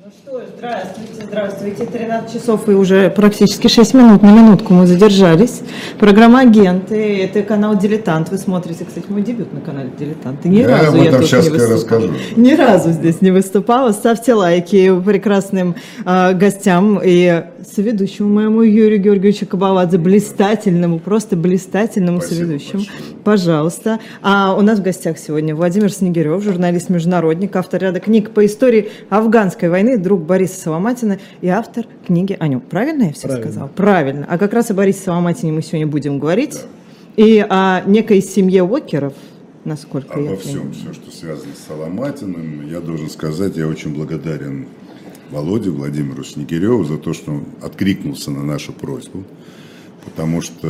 Ну что, здравствуйте, здравствуйте. 13 часов и уже практически 6 минут. На минутку мы задержались. Программа «Агенты». Это канал «Дилетант». Вы смотрите, кстати, мой дебют на канале «Дилетант». Ни разу я тут не выступала. Ни разу здесь не выступала. Ставьте лайки прекрасным гостям и соведущему моему Юрию Георгиевичу Кабаладзе, блистательному, просто блистательному соведущему. Большое. Пожалуйста. А у нас в гостях сегодня Владимир Снегирев, журналист-международник, автор ряда книг по истории афганской войны, друг Бориса Соломатина и автор книги о нем. Правильно я все сказала? Правильно. А как раз о Борисе Соломатине мы сегодня будем говорить. Да. И о некой семье Уокеров, насколько я понимаю. Обо всем, все, что связано с Соломатиным. Я должен сказать, я очень благодарен Володе Владимиру Снегиреву за то, что он откликнулся на нашу просьбу. Потому что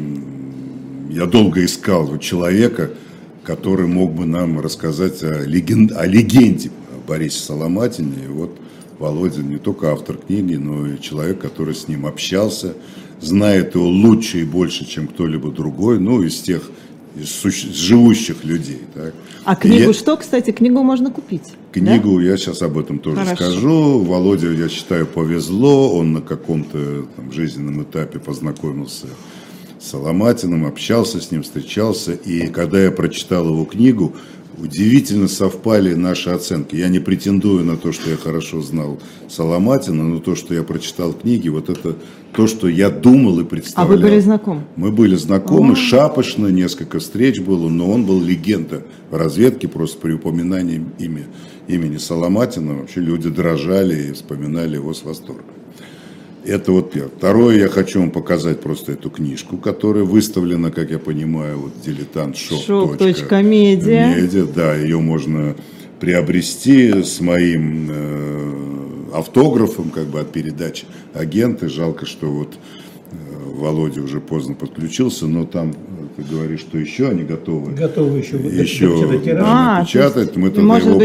я долго искал человека, который мог бы нам рассказать о легенде Борисе Соломатине. И вот Володя не только автор книги, но и человек, который с ним общался, знает его лучше и больше, чем кто-либо другой, ну, из тех живущих людей. Так. А книгу что, кстати, книгу можно купить? Книгу, да? Я сейчас об этом тоже скажу. Володя, я считаю, повезло, он на каком-то жизненном этапе познакомился с Соломатиным, общался с ним, встречался, и когда я прочитал его книгу, удивительно совпали наши оценки. Я не претендую на то, что я хорошо знал Соломатина, но то, что я прочитал книги, вот это то, что я думал и представлял. А вы были знакомы? Мы были знакомы, шапошно, несколько встреч было, но он был легенда в разведке, просто при упоминании имени Соломатина вообще люди дрожали и вспоминали его с восторгом. Это вот первое. Второе, я хочу вам показать просто эту книжку, которая выставлена, как я понимаю, вот «Дилетант Шок.Медиа». Медиа, да, ее можно приобрести с моим автографом, как бы от передачи «Агенты». Жалко, что вот Володя уже поздно подключился, но там, ты говоришь, что еще они готовы. Готовы еще напечатать. Мы тогда его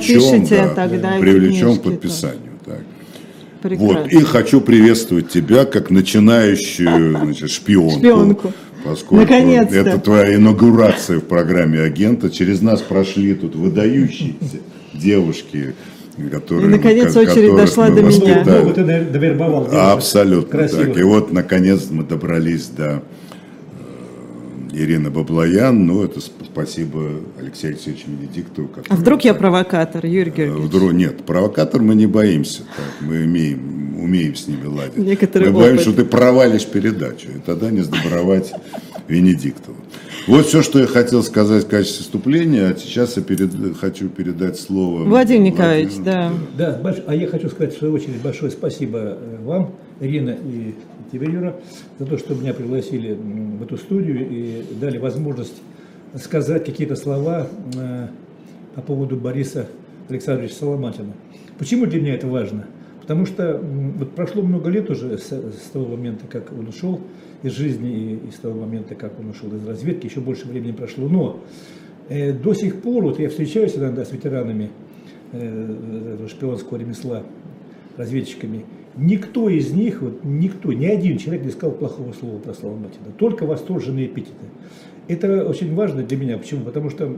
привлечем к подписанию. Так. Вот, и хочу приветствовать тебя как начинающую шпионку. Поскольку это твоя инаугурация в программе «Агента». Через нас прошли тут выдающиеся девушки, которые... И, наконец, очередь дошла до меня. Ну, ты довербовал. Абсолютно так. И вот, наконец, мы добрались до Ирины Баблоян. Ну, это спасибо Алексею Алексеевичу Венедиктову. А вдруг я провокатор, Юрий Георгиевич? Нет, провокатор мы не боимся. Так, мы умеем с ними ладить. Мы боимся, что ты провалишь передачу, и тогда не сдобровать Венедиктову. Вот все, что я хотел сказать в качестве вступления, а сейчас я хочу передать слово Владимиру Николаевичу. Да, а я хочу сказать, в свою очередь, большое спасибо вам, Ирина, и тебе, Юра, за то, что меня пригласили в эту студию и дали возможность сказать какие-то слова по поводу Бориса Александровича Соломатина. Почему для меня это важно? Потому что вот прошло много лет уже с того момента, как он ушел из жизни, и с того момента, как он ушел из разведки, еще больше времени прошло. Но до сих пор, вот я встречаюсь иногда с ветеранами шпионского ремесла, разведчиками, никто из них, ни один человек не сказал плохого слова про Соломатина, только восторженные эпитеты. Это очень важно для меня. Почему? Потому что,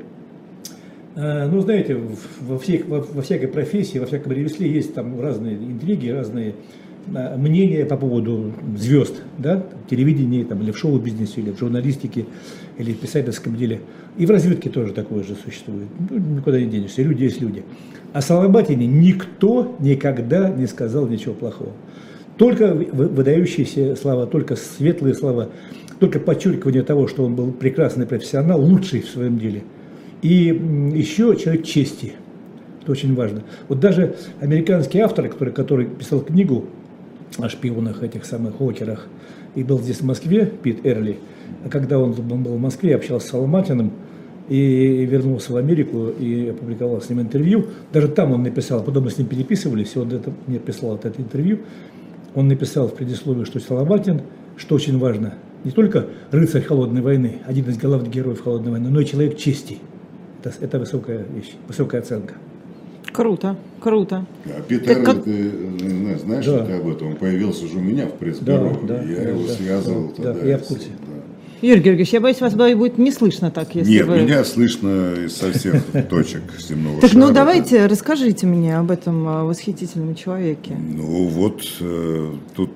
ну, знаете, во всякой профессии, во всяком ремесле есть там разные интриги, разные мнения по поводу звезд, да, в телевидении, там, или в шоу-бизнесе, или в журналистике, или в писательском деле. И в разведке тоже такое же существует. Ну, никуда не денешься, люди есть люди. О Соломатине никто никогда не сказал ничего плохого. Только выдающиеся слова, только светлые слова, только подчеркивание того, что он был прекрасный профессионал, лучший в своем деле. И еще человек чести. Это очень важно. Вот даже американский автор, который писал книгу о шпионах, этих самых Уокерах, и был здесь в Москве, Пит Эрли, а когда он был в Москве, общался с Соломатиным и вернулся в Америку и опубликовал с ним интервью, даже там он написал, потом мы с ним переписывались, и он мне прислал это интервью, он написал в предисловии, что Соломатин, что очень важно, не только рыцарь холодной войны, один из главных героев холодной войны, но и человек чести. Это высокая вещь, высокая оценка. Круто, круто. А Питер, ты знаешь, что ты об этом? Он появился уже у меня в пресс-бюро. Я его связывал тогда. Да, я в курсе. Юрий Георгиевич, я боюсь, вас будет не слышно так, если Нет, вы... меня слышно со всех точек земного Так, шара. ну давайте, расскажите мне об этом восхитительном человеке. Ну вот тут...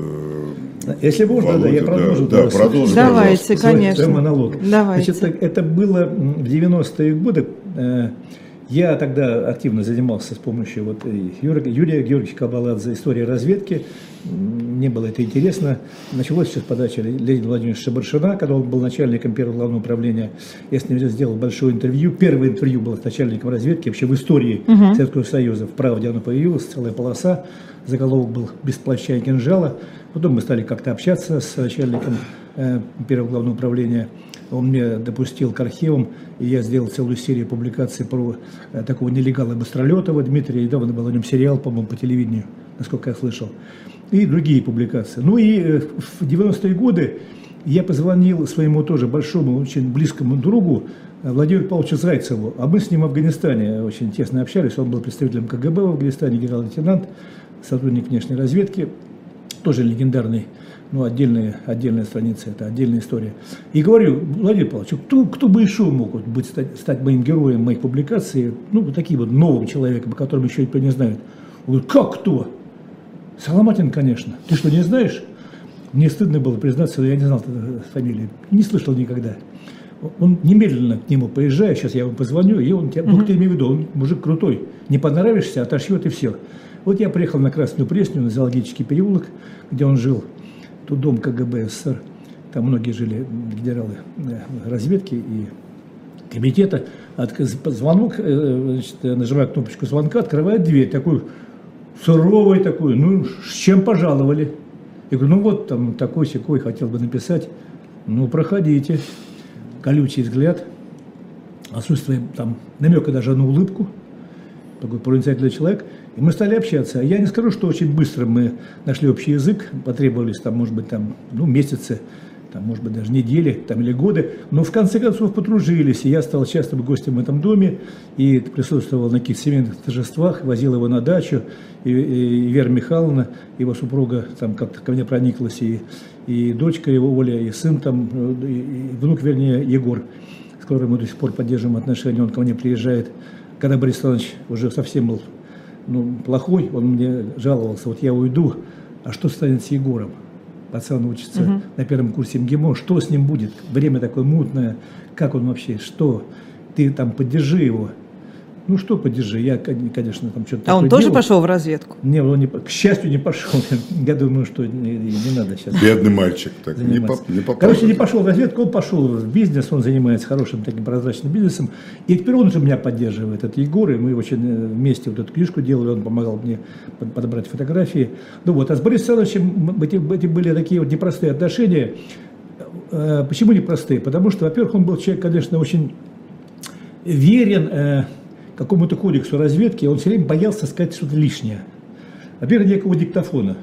Если можно, Володя, я продолжу. Да, продолжу, Давайте, пожалуйста. конечно. Свой монолог. Давайте. Значит, это было в 90-е годы. Я тогда активно занимался с помощью вот Юрия Георгиевича Кабаладзе историей разведки. Мне было это интересно. Началось все с подачи Леонида Владимировича Шабаршина, когда он был начальником первого главного управления. Я с ним сделал большое интервью. Первое интервью было с начальником разведки вообще в истории Советского Союза. В «Правде» оно появилось, целая полоса. Заголовок был «Без плаща и кинжала». Потом мы стали как-то общаться с начальником первого главного управления. Он мне допустил к архивам, и я сделал целую серию публикаций про такого нелегала Быстролетова Дмитрия. Недавно был о нем сериал, по-моему, по телевидению, насколько я слышал. И другие публикации. Ну и в 90-е годы я позвонил своему тоже большому, очень близкому другу Владимиру Павловичу Зайцеву. А мы с ним в Афганистане очень тесно общались. Он был представителем КГБ в Афганистане, генерал-лейтенант, сотрудник внешней разведки, тоже легендарный. Ну, отдельная страница, это отдельная история. И говорю: Владимир Павлович, кто бы еще мог стать моим героем моих публикаций, ну, вот таким вот новым человеком, о котором еще никто не знает. Он говорит: как кто? Соломатин, конечно. Ты что, не знаешь? Мне стыдно было признаться, я не знал фамилии, не слышал никогда. Он немедленно к нему поезжает, сейчас я ему позвоню, и он тебя, ну, ты имей в виду, он мужик крутой, не понравишься, отошьет и все. Вот я приехал на Красную Пресню, на Зоологический переулок, где он жил. Тут дом КГБ СССР, там многие жили генералы разведки и комитета. Звонок, значит, нажимаю кнопочку звонка, открывает дверь, такой суровый такой: ну, с чем пожаловали? Я говорю: ну вот там такой-сякой, хотел бы написать. Ну, проходите. Колючий взгляд, отсутствие там намека даже на улыбку, такой проницательный человек. И мы стали общаться. Я не скажу, что очень быстро мы нашли общий язык, потребовались там, может быть, там, ну, месяцы, там, может быть, даже недели там, или годы, но в конце концов подружились, и я стал частым гостем в этом доме, и присутствовал на каких-то семейных торжествах, возил его на дачу, и Вера Михайловна, его супруга, там как-то ко мне прониклась, и дочка его Оля, и сын там, и внук, вернее, Егор, с которым мы до сих пор поддерживаем отношения, он ко мне приезжает. Когда Борис Иванович уже совсем был, ну, плохой, он мне жаловался: вот я уйду, а что станет с Егором? Пацан учится на первом курсе МГИМО, что с ним будет? Время такое мутное, как он вообще, что? Ты там поддержи его. Ну что поддержи, я, конечно, там что-то. А он тоже пошел в разведку? Не, он к счастью, не пошел. Я думаю, что не надо сейчас. Бедный мальчик, так не попал. Короче, не пошел в разведку, он пошел в бизнес, он занимается хорошим таким прозрачным бизнесом. И теперь он же меня поддерживает, это Егор, и мы очень вместе вот эту книжку делали, он помогал мне подобрать фотографии. Ну вот, а с Борисом Ивановичем эти были такие вот непростые отношения. Почему непростые? Потому что, во-первых, он был человек, конечно, очень верен какому-то кодексу разведки, он все время боялся сказать что-то лишнее. Во-первых, никакого диктофона.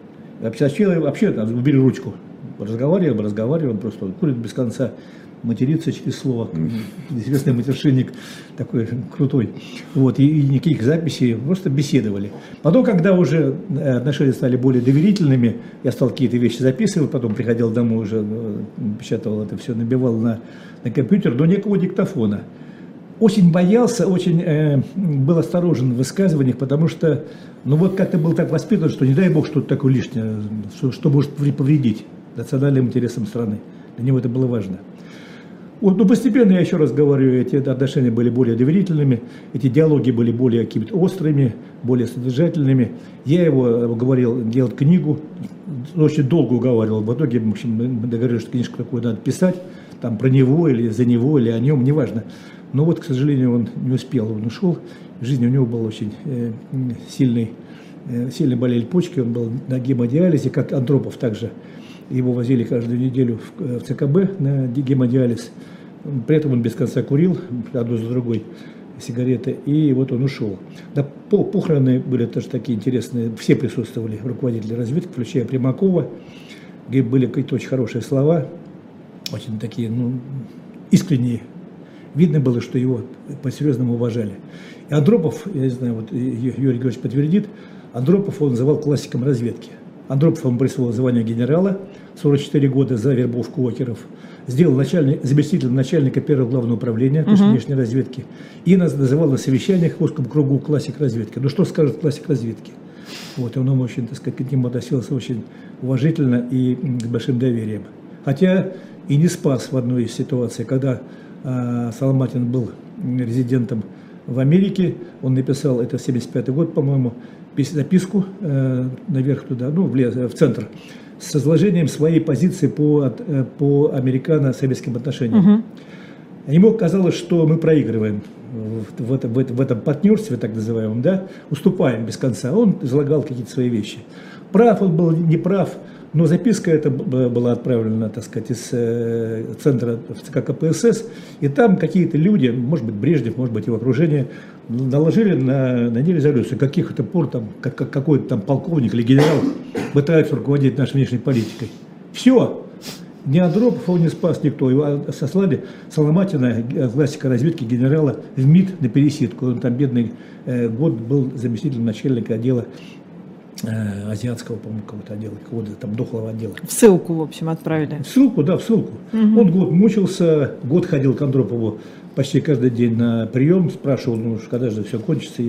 Вообще там, убери ручку. Разговариваем, просто он курит без конца, матерится через слово. Известный матершинник такой крутой. Вот, и никаких записей, просто беседовали. Потом, когда уже отношения стали более доверительными, я стал какие-то вещи записывать, потом приходил домой, уже печатал это все, набивал на компьютер, но никакого диктофона. Очень боялся, очень был осторожен в высказываниях, потому что, ну вот как-то был так воспитан, что не дай бог что-то такое лишнее, что может повредить национальным интересам страны. Для него это было важно. Вот, но постепенно, я еще раз говорю, эти отношения были более доверительными, эти диалоги были более какими-то острыми, более содержательными. Я его уговорил делать книгу, очень долго уговаривал. В итоге, в общем, мы договорились, что книжку такую надо писать, там про него или за него, или о нем, неважно. Но вот, к сожалению, он не успел, он ушел. В жизни у него был очень сильно болели почки, он был на гемодиализе, как Андропов также. Его возили каждую неделю в ЦКБ на гемодиализ. При этом он без конца курил, одну за другой, сигареты, и вот он ушел. Да, похороны были тоже такие интересные, все присутствовали, руководители разведки, включая Примакова, где были какие-то очень хорошие слова, очень такие, ну, искренние. Видно было, что его по-серьезному уважали. И Андропов, я не знаю, вот Юрий Георгиевич подтвердит, Андропов он называл классиком разведки. Андропов ему присвоил звание генерала, 44 года за вербовку океров. Сделал заместителем начальника первого главного управления, то есть внешней разведки. И нас называл на совещаниях в узком кругу классик разведки. Ну что скажет классик разведки? Вот, и он очень, так сказать, к нему относился очень уважительно и с большим доверием. Хотя и не спас в одной из ситуаций, когда Соломатин был резидентом в Америке, он написал, это 75-й год, по-моему, записку наверх туда, ну, в центр, с изложением своей позиции по американо-советским отношениям. Ему казалось, что мы проигрываем в этом партнерстве, так называемом, да, уступаем без конца. Он излагал какие-то свои вещи. Прав он был, не прав, но записка эта была отправлена, так сказать, из центра в ЦК КПСС, и там какие-то люди, может быть, Брежнев, может быть, его окружение, наложили на ней резолюцию, каких-то пор там, какой-то там полковник или генерал пытается руководить нашей внешней политикой. Все. Ни Андропов его не спас никто. Его сослали Соломатина, классика разведки, генерала, в МИД на пересидку. Он там бедный год был заместителем начальника отдела азиатского, по-моему, какого-то отдела, какого-то там дохлого отдела. В ссылку, в общем, отправили. В ссылку, да, в ссылку. Он год мучился, год ходил к Андропову почти каждый день на прием, спрашивал, ну, когда же все кончится,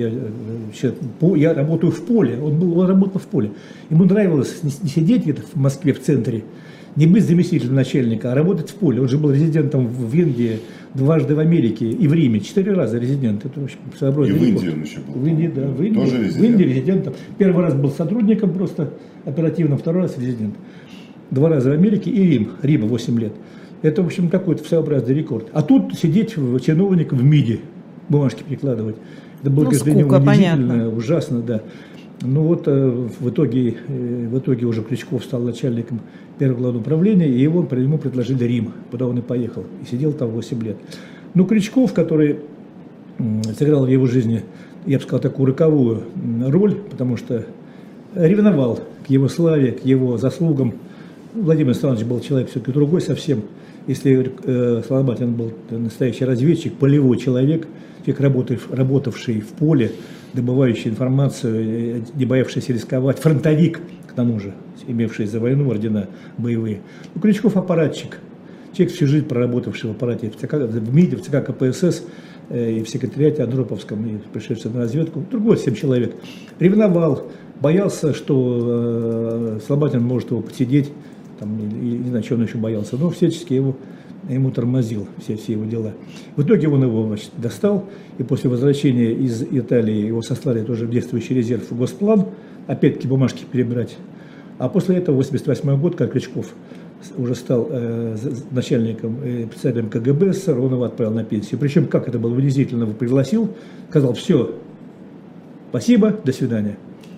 я работаю в поле, он работал в поле. Ему нравилось не сидеть где-то в Москве в центре, не быть заместителем начальника, а работать в поле. Он же был резидентом в Индии, дважды в Америке и в Риме, 4 раза резидент. Это, в общем, и в Индии он еще был. В Индии, да, в Индии, тоже резидент. В Индии резидентом. Первый раз был сотрудником просто оперативно, второй раз резидент. 2 раза в Америке и Рима 8 лет. Это, в общем, какой-то своеобразный рекорд. А тут сидеть чиновник в МИДе, бумажки перекладывать. Это было, конечно, унизительно, ужасно, да. Ну вот в итоге уже Крючков стал начальником первого главного управления, и ему предложили Рим, куда он и поехал, и сидел там 8 лет. Но Крючков, который сыграл в его жизни, я бы сказал, такую роковую роль, потому что ревновал к его славе, к его заслугам. Владимир Александрович был человек все-таки другой совсем. Если Соломатин был настоящий разведчик, полевой человек, работавший в поле, добывающий информацию, не боявшийся рисковать, фронтовик, к тому же, имевший за войну ордена боевые. Ну, Крючков аппаратчик, человек всю жизнь проработавший в аппарате, в МИДе, в ЦК КПСС, и в секретариате Андроповском, и пришедший на разведку, другой 7 человек. Ревновал, боялся, что Соломатин может его подсидеть, там, и не знаю, чего он еще боялся, но всячески ему тормозил все его дела. В итоге он его, значит, достал, и после возвращения из Италии его сослали тоже в действующий резерв в Госплан, опять-таки бумажки перебрать. А после этого, 1988 год, как Крючков уже стал начальником, председателем КГБ СССР, он его отправил на пенсию. Причем, как это было унизительно, его пригласил, сказал: все, спасибо, до свидания.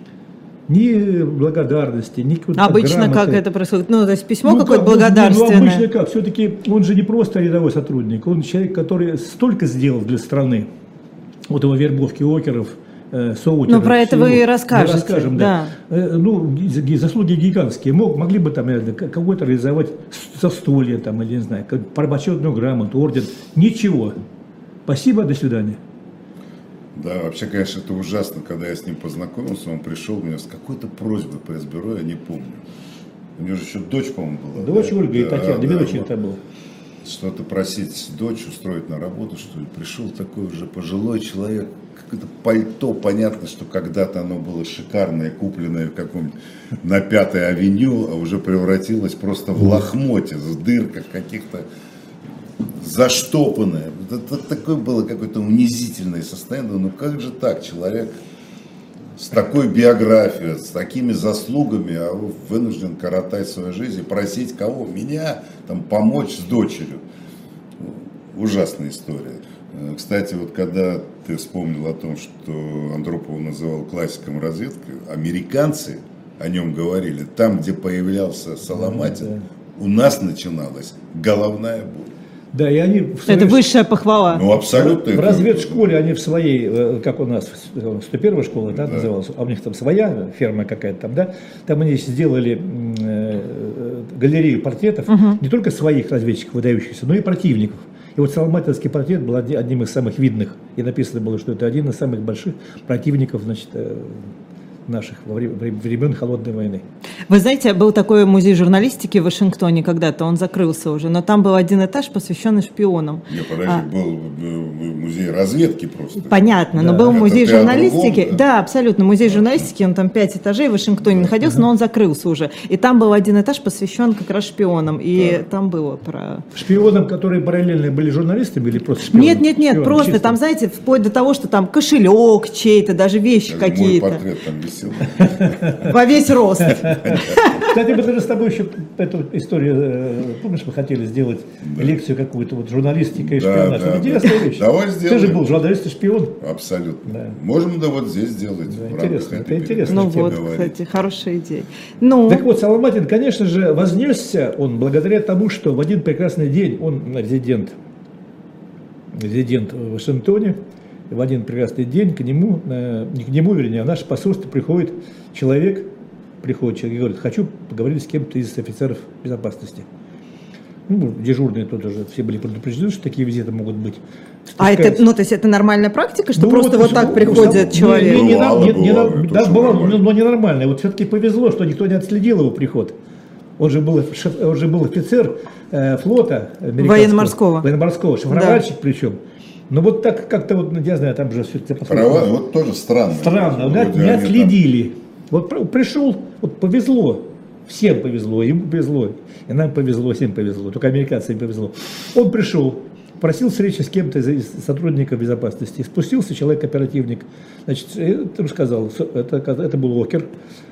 Ни благодарности, ни какой-то обычно грамоты. Как это происходит? Ну, то есть письмо какое-то благодарственное. Ну, обычно как? Все-таки он же не просто рядовой сотрудник, он человек, который столько сделал для страны. Вот его вербовки океров, соутеров. Ну, про это вы и расскажете. Мы расскажем, да. Ну, заслуги гигантские. Могли бы там какой-то реализовать застолье, там, или не знаю, почетную грамоту, орден. Ничего. Спасибо, до свидания. Да, вообще, конечно, это ужасно, когда я с ним познакомился, он пришел мне с какой-то просьбой пресс-бюро, я не помню. У него же еще дочь, по-моему, была. Дочь, да? Ольга и Татьяна, две дочери это было. Что-то просить дочь устроить на работу, что ли. Пришел такой уже пожилой человек, какое-то пальто, понятно, что когда-то оно было шикарное, купленное в каком-нибудь на 5-й авеню, а уже превратилось просто в лохмотье, в дырках каких-то, заштопанное. Это такое было какое-то унизительное состояние. Ну как же так, человек с такой биографией, с такими заслугами, а вынужден коротать свою жизнь и просить кого? Меня там помочь с дочерью. Ужасная история. Кстати, вот когда ты вспомнил о том, что Андропова называл классиком разведки, американцы о нем говорили, там, где появлялся Соломатин, у нас начиналась головная боль. Да, и они это высшая похвала. Ну, абсолютно. В разведшколе они в своей, как у нас, 101-я школа, да, называлась, а у них там своя ферма какая-то там, да, там они сделали галерею портретов, не только своих разведчиков выдающихся, но и противников. И вот Соломатинский портрет был одним из самых видных, и написано было, что это один из самых больших противников, значит, наших во времен Холодной войны. Вы знаете, был такой музей журналистики в Вашингтоне когда-то, он закрылся уже, но там был один этаж, посвященный шпионам. Нет, подожди, был музей разведки просто. Понятно, но был музей журналистики. Да, абсолютно, музей журналистики, он там 5 этажей в Вашингтоне находился, но он закрылся уже. И там был один этаж, посвящен как раз шпионам, и там было про... Шпионам, которые параллельно были журналистами или просто шпионам? Нет, просто чисто. Там, знаете, вплоть до того, что там кошелек чей-то, даже вещи какие-то. Мой портрет там висел. Во весь рост. Кстати, мы даже с тобой еще эту историю, помнишь, мы хотели сделать лекцию какую-то, вот журналистика и шпионаж. Это интересная вещь. Давай сделаем. Ты же был журналист и шпион. Абсолютно. Да. Можем вот здесь сделать. Да, интересно, это интересно. Ну вот, кстати, хорошая идея. Ну. Так вот, Соломатин, конечно же, вознесся он благодаря тому, что в один прекрасный день он резидент в Вашингтоне. В один прекрасный день к нему, не к нему, вернее, а в наше посольство приходит человек и говорит: хочу поговорить с кем-то из офицеров безопасности. Ну, дежурные тут уже все были предупреждены, что такие визиты могут быть. А это, то есть это нормальная практика, что просто вот так приходит человек? Но ненормально. Вот все-таки повезло, что никто не отследил его приход. Он же был офицер флота американского. Военно-морского, шифровальщик причем. Но вот так как-то, вот, я знаю, там же все это права, вот тоже странно. Странно, не отследили. Вот пришел, вот повезло, всем повезло, ему повезло, и нам повезло, всем повезло, только американцам повезло. Он пришел, просил встречи с кем-то из сотрудников безопасности, спустился человек-оперативник, значит, он сказал, это был Уокер,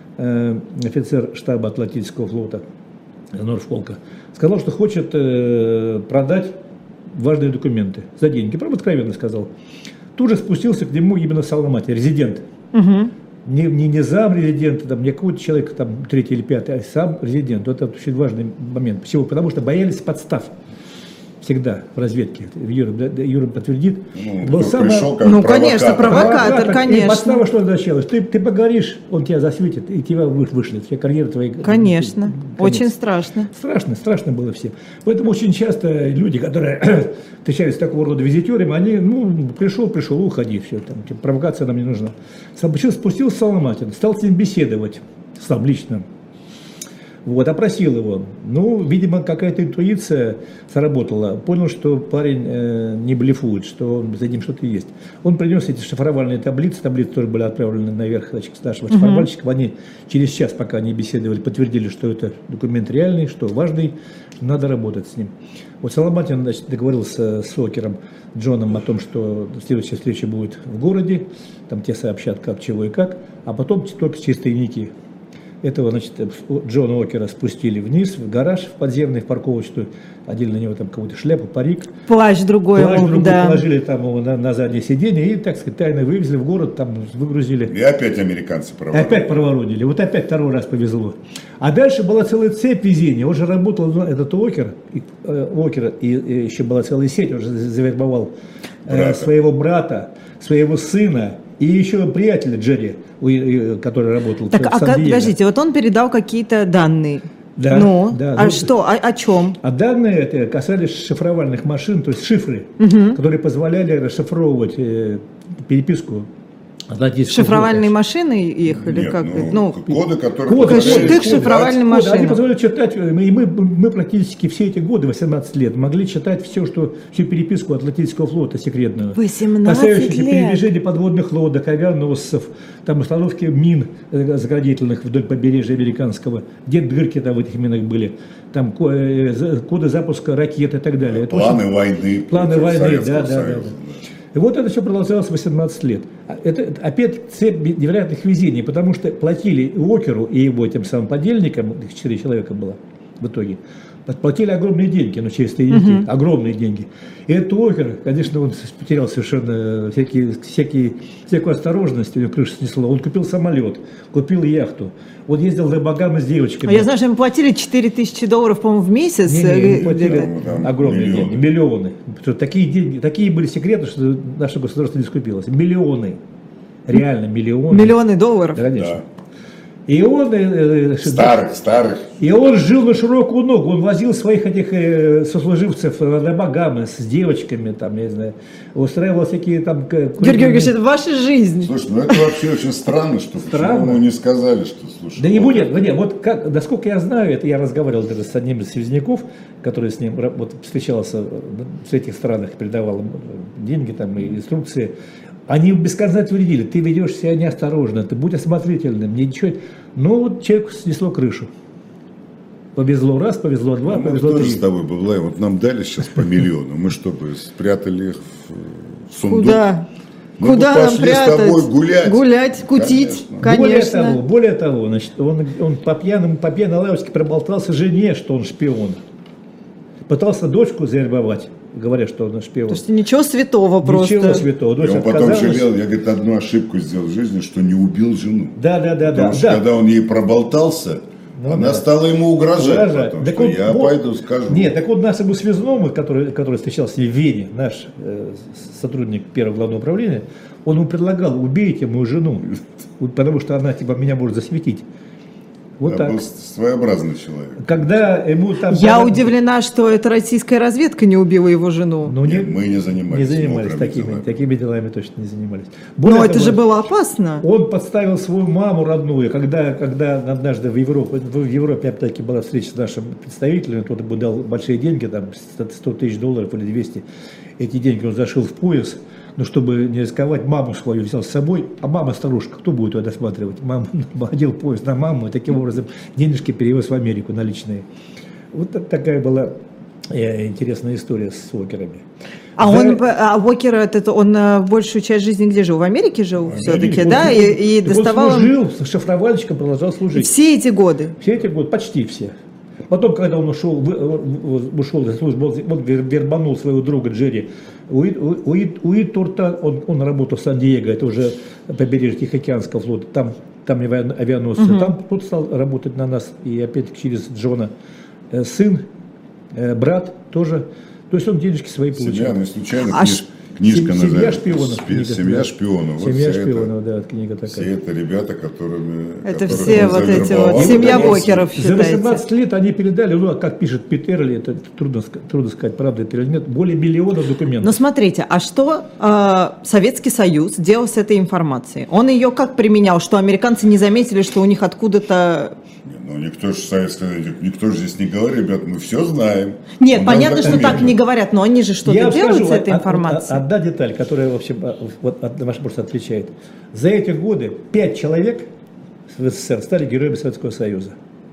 офицер штаба Атлантического флота, Норфолка, сказал, что хочет продать важные документы за деньги. Прямо откровенно сказал. Тут же спустился к нему именно Соломатин, резидент. Угу. Не зам резидента, там, не какой-то человек, там, 3 или 5, а сам резидент. Это очень важный момент. Почему? Потому что боялись подстав. Всегда в разведке. Юра подтвердит. Пришел как конечно, провокатор, конечно. И подстава что означалось? Ты поговоришь, он тебя засветит, и тебя вышлет. Вся карьера твоя. Конечно. Очень страшно. Страшно было всем. Поэтому очень часто люди, которые встречаются с такого рода визитерами, они, пришел, уходи, все, там, провокация нам не нужна. Спустился Соломатин, стал с ним беседовать, сам лично. Вот, опросил его. Видимо, какая-то интуиция сработала. Понял, что парень не блефует, что за ним что-то есть. Он принес эти шифровальные таблицы тоже были отправлены наверх, значит, с нашего шифровальщиков. Они через час, пока они беседовали, подтвердили, что это документ реальный, что важный, что надо работать с ним. Вот Соломатин, значит, договорился с Уокером Джоном о том, что следующая встреча будет в городе, там те сообщат, как, чего и как, а потом только через тайники. Этого, значит, Джона Уокера спустили вниз, в гараж, в подземный, в парковочную, одели на него там какую-то шляпу, парик. Плащ другой, да. Положили там его на заднее сиденье и, так сказать, тайно вывезли в город, там выгрузили. И опять американцы проворонили. Опять проворонили. Вот опять второй раз повезло. А дальше была целая цепь везения. Он же работал, этот Уокер, и еще была целая сеть, он же завербовал своего брата, своего сына и еще приятеля Джерри, который работал в Сан-Диего. Подождите, вот он передал какие-то данные. Да, да. Что? О чем? А данные это касались шифровальных машин, то есть шифры, которые позволяли расшифровывать переписку. Шифровальные машины их или Нет, как? Коды, которые штык шифровальной машины. Они позволяют читать, и мы практически все эти годы, 18 лет, могли читать всю переписку Атлантического флота секретную. 18 касающуюся лет. Передвижения подводных лодок, авианосцев, там установки мин заградительных вдоль побережья американского, где дырки там в этих минах были, там коды запуска ракет и так далее. Планы войны. Планы войны, да. И вот это все продолжалось 18 лет. Это опять цепь невероятных везений, потому что платили Уокеру и его тем самым подельникам, их 4 человека было в итоге, платили огромные деньги, через тайники, огромные деньги. И этот Уокер, конечно, он потерял совершенно всякую осторожность, у него крышу снесло. Он купил самолет, купил яхту, он ездил на Багамы с девочками. А я знаю, что ему платили $4000, по-моему, в месяц. Не платили огромные деньги, миллионы. Такие были секреты, что наше государство не скупилось. Миллионы. Реально миллионы. Миллионы долларов? Конечно. Да. И он... Старых. И он жил на широкую ногу, он возил своих этих сослуживцев на Багамы с девочками, там, я не знаю, устраивал всякие там... Георгий Георгиевич, это ваша жизнь. Слушай, ну это вообще очень странно, что почему ему не сказали, что, слушай... Да не будет, нет, вот как, насколько я знаю, это я разговаривал даже с одним из связняков, который с ним вот, встречался в этих странах, передавал им деньги там и инструкции. Они без конца твердили, ты ведешь себя неосторожно, ты будь осмотрительным, ничего. Но вот человеку снесло крышу. Повезло раз, повезло два, повезло три. Мы тоже с тобой, Баблай, вот нам дали сейчас по миллиону, мы что бы спрятали их в сундук? Куда? Мы Куда нам пошли прятать? с тобой гулять. Гулять, кутить, конечно. Более того, значит, он по пьяной лавочке проболтался жене, что он шпион. Пытался дочку завербовать, говоря, что он шпион. То есть ничего святого просто. Ничего святого. Дочь И он потом отказалась. жалел, я, говорит, одну ошибку сделал в жизни, что не убил жену. Да. Потому что когда он ей проболтался, она стала ему угрожать. Потом, так что вот, я пойду скажу. Нет, так вот нашему связному, который встречался с ней в Вене, наш сотрудник первого главного управления, он ему предлагал: убейте мою жену, потому что она типа меня может засветить. Вот Да, так. был своеобразный человек. Когда ему там... Я удивлена, что эта российская разведка не убила его жену. Ну, Нет, мы не занимались, такими делами точно не занимались. Но это же было опасно. Он подставил свою маму родную, когда однажды в Европе опять-таки была встреча с нашим представителем, кто-то бы дал большие деньги, там $100 тысяч или 200. Эти деньги он зашил в пояс, но чтобы не рисковать, маму свою взял с собой, а мама старушка, кто будет ее досматривать? Мама одел пояс на маму, и таким образом денежки перевез в Америку наличные. Вот такая была интересная история с Уокерами. А Уокер, он большую часть жизни где жил? В Америке жил все-таки, да? И доставал... Он служил, шифровальщиком продолжал служить. Все эти годы? Все эти годы, почти все. Потом, когда он ушел из службы, он вербанул своего друга Джерри Уитурта, он работал в Сан-Диего, это уже побережье Тихоокеанского флота, там авианосцы, там тот стал работать на нас, и опять через Джона сын, брат тоже. То есть он денежки свои получал. Не случайно книжка «Семья называется. шпионов». «Семья шпионов». «Семья шпионов», да, книга такая. Все это ребята, которыми... Это все вот эти вот, семья Уокеров, За считается. 18 лет они передали, ну, как пишет Питер, это трудно сказать, правда это или нет, более миллиона документов. Но смотрите, а что Советский Союз делал с этой информацией? Он ее как применял, что американцы не заметили, что у них откуда-то... Ну, никто же здесь не говорит, ребят, мы все знаем. Нет, понятно, что так не говорят, но они же что-то делают с этой информацией. Одна деталь, которая вообще вот, от вашего просто отвечает. За эти годы 5 человек в СССР стали героями Советского Союза.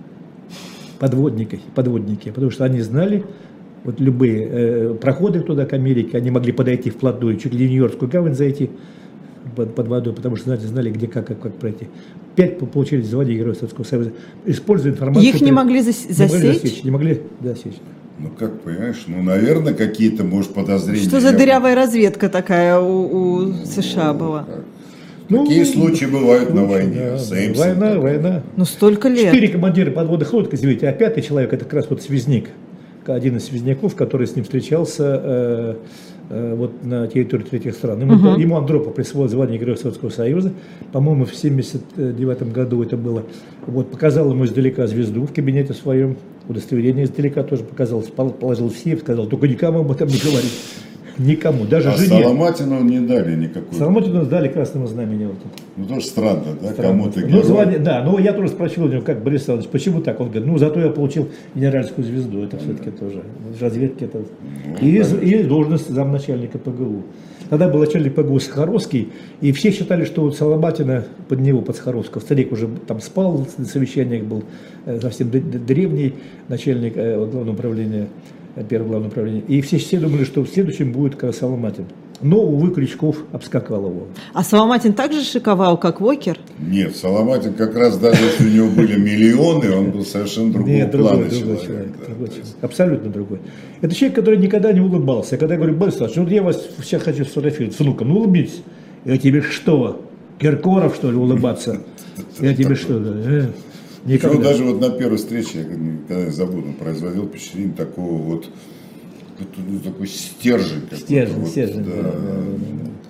Подводники, потому что они знали вот любые проходы туда к Америке, они могли подойти вплотную, чуть ли не в Нью-Йоркскую гавань зайти под водой, потому что знали, где, как пройти. 5 получили звание Героя Советского Союза. Используя информацию... Их не могли засечь? Не могли засечь. Ну, как, понимаешь, наверное, какие-то, может, подозрения. Что за дырявая разведка такая у США была? Такие случаи бывают на войне. Да, война. Ну, столько лет. 4 командира подводных лодок, извините, а 5-й человек, это как раз вот связник. Один из связняков, который с ним встречался вот на территории третьих стран. Ему Андропов присвоил звание Героя Советского Союза. По-моему, в 1979 году это было. Вот, показал ему издалека звезду в кабинете своем. Удостоверение издалека тоже показал. Положил в сейф, сказал, только никому об этом не говорить. Никому, даже жене. Соломатину не дали никакой. Соломатину дали Красному Знамени. Вот. Ну, тоже странно, да? Странно. Кому-то Ну, звание, да, но я тоже спросил у него, как Борис Александрович, почему так? Он говорит, зато я получил генеральскую звезду, это все-таки тоже, в разведке это. И должность замначальника ПГУ. Тогда был начальник ПГУ Сахаровский, и все считали, что вот Соломатина под него, под Сахаровского, старик уже там спал, на совещаниях был совсем древний начальник главного управления, первого главного управления. И все думали, что в следующем будет Соломатин. Но, увы, Крючков обскакал его. А Соломатин также шиковал, как Уокер? Нет, Соломатин как раз, даже если у него были миллионы, он был совершенно другого плана человек. Абсолютно другой. Это человек, который никогда не улыбался. Когда я говорю, Борис Иванович, вот я вас всех хочу сфотографировать с внуком, ну улыбнитесь. Я тебе что, Киркоров, что ли, улыбаться? Я тебе что, Никогда. Даже вот на первой встрече, я никогда не забуду, он производил впечатление такого вот, такой стержень. Стержень, да.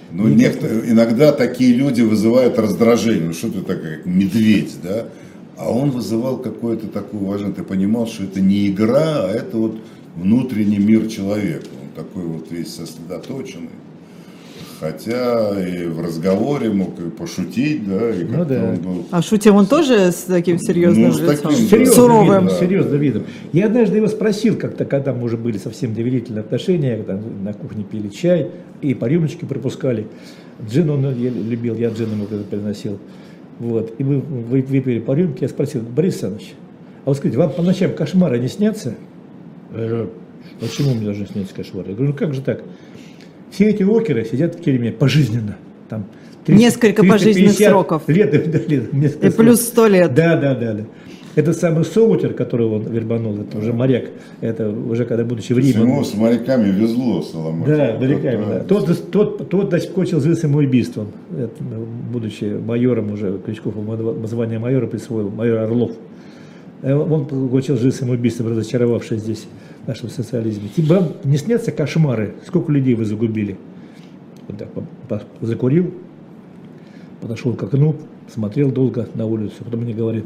Ну, иногда такие люди вызывают раздражение. Ну, что ты такой, как медведь, да? А он вызывал какое-то такое уважение. Ты понимал, что это не игра, а это вот внутренний мир человека. Он такой вот весь сосредоточенный. Хотя и в разговоре мог и пошутить, да, и как-то он был... А шутил он тоже с таким серьезным с лицом? таким, Суровым. Серьезным видом. Я однажды его спросил, как-то, когда мы уже были совсем доверительные отношения, когда на кухне пили чай и по рюмочке пропускали. Джин он любил, я джин ему приносил. Вот. И мы выпили по рюмке, я спросил: Борис Александрович, а вот скажите, вам по ночам кошмары не снятся? Я говорю: почему мне должны сняться кошмары? Я говорю: ну как же так? Все эти океры сидят в тюрьме пожизненно. Там 300, несколько пожизненных сроков. Лет, и плюс 100 лет. Да. Этот самый Соутер, который он вербанул, это уже моряк, это уже когда будучи в Риме. Ему с моряками везло, Соломатину. Да, моряками, да. Тот значит, кончил самоубийством, будучи майором уже, Крючков ему звание майора присвоил, майор Орлов. Он кончил жизнь самоубийством, разочаровавшись здесь в нашем социализме. Тебе не снятся кошмары, сколько людей вы загубили? Вот так закурил, подошел к окну, смотрел долго на улицу, потом мне говорит: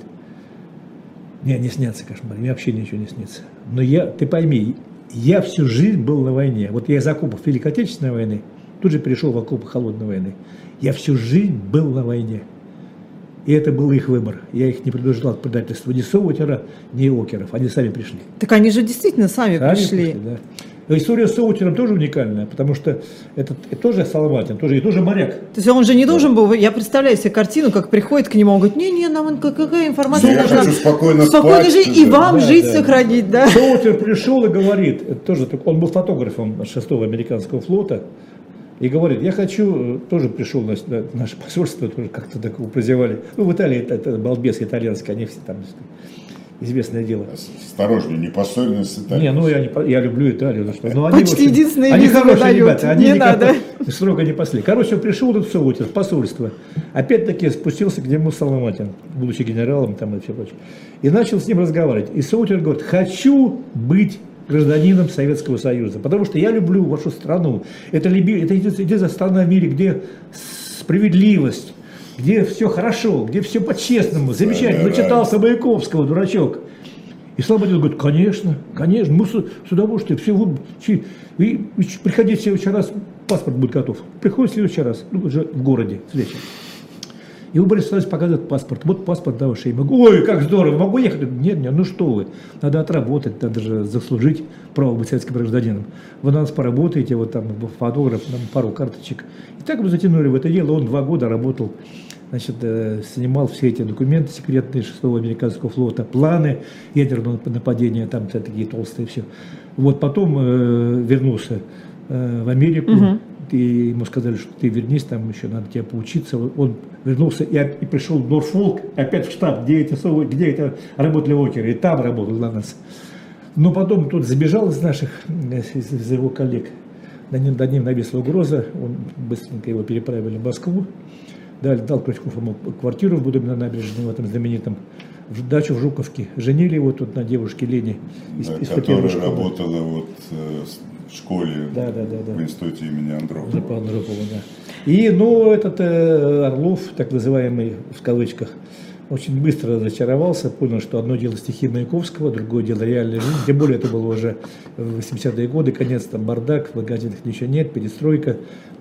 не снятся кошмары, мне вообще ничего не снится. Но ты пойми, я всю жизнь был на войне. Вот я из окопов Великой Отечественной войны тут же перешел в окопы Холодной войны. Я всю жизнь был на войне. И это был их выбор. Я их не принуждал к предательству ни Соутера, ни Океров. Они сами пришли. Так они же действительно сами пришли. Да. История с Соутером тоже уникальная, потому что это тоже Соломатин, тоже моряк. То есть он же не должен был, я представляю себе картину, как приходит к нему, он говорит: не, нам какая информация я нужна? хочу спокойно жить и вам жизнь да. сохранить, да? Соутер пришел и говорит, он был фотографом 6-го американского флота, и говорит: я хочу, тоже пришел на наше посольство, тоже как-то так его прозевали. Ну, в Италии это балбес итальянский, они все там... Известное дело. Осторожнее, не поссорьтесь с Италией. Я люблю Италию. Но они, почти единственные они хорошие выдают. ребята, они не надо. строго не пошли. Короче, он пришел тут в Соутер, в посольство. Опять-таки спустился к нему Соломатин, будучи генералом там и все прочее. И начал с ним разговаривать. И Соутер говорит: хочу быть гражданином Советского Союза, потому что я люблю вашу страну. Это единственная страна в мире, где справедливость, где все хорошо, где все по-честному, замечательно. Начитался Маяковского, дурачок. И Соломатин говорит: конечно, мы с удовольствием, приходите в следующий раз, паспорт будет готов. Приходит в следующий раз, уже в городе, с вечера. И вы, Борис Александрович, показывает паспорт. Вот паспорт, да, ваше имя. Ой, как здорово, могу ехать? Нет, ну что вы, надо отработать, надо же заслужить право быть советским гражданином. Вы на нас поработаете, вот там фотограф, нам пару карточек. И так мы затянули в это дело. Он 2 года работал, значит, снимал все эти документы секретные 6-го американского флота, планы ядерного нападения, там такие толстые все. Вот потом вернулся в Америку. И ему сказали, что ты вернись, там еще надо тебе поучиться. Он вернулся и пришел в Норфолк, опять в штаб, где это работали океры, и там работал для нас. Но потом тут забежал из его коллег, над ним нависла угроза, он быстренько его переправили в Москву, дал Крючков ему квартиру в Будуме на набережной, в этом знаменитом, дачу в Жуковке, женили его тут на девушке Лене. Которая работала вот в школе в институте имени Андропова. И, этот Орлов, так называемый в кавычках, очень быстро разочаровался, понял, что одно дело стихи Маяковского, другое дело реальная жизнь. Тем более это было уже в 80-е годы, конец, там бардак, в магазинах ничего нет, перестройка,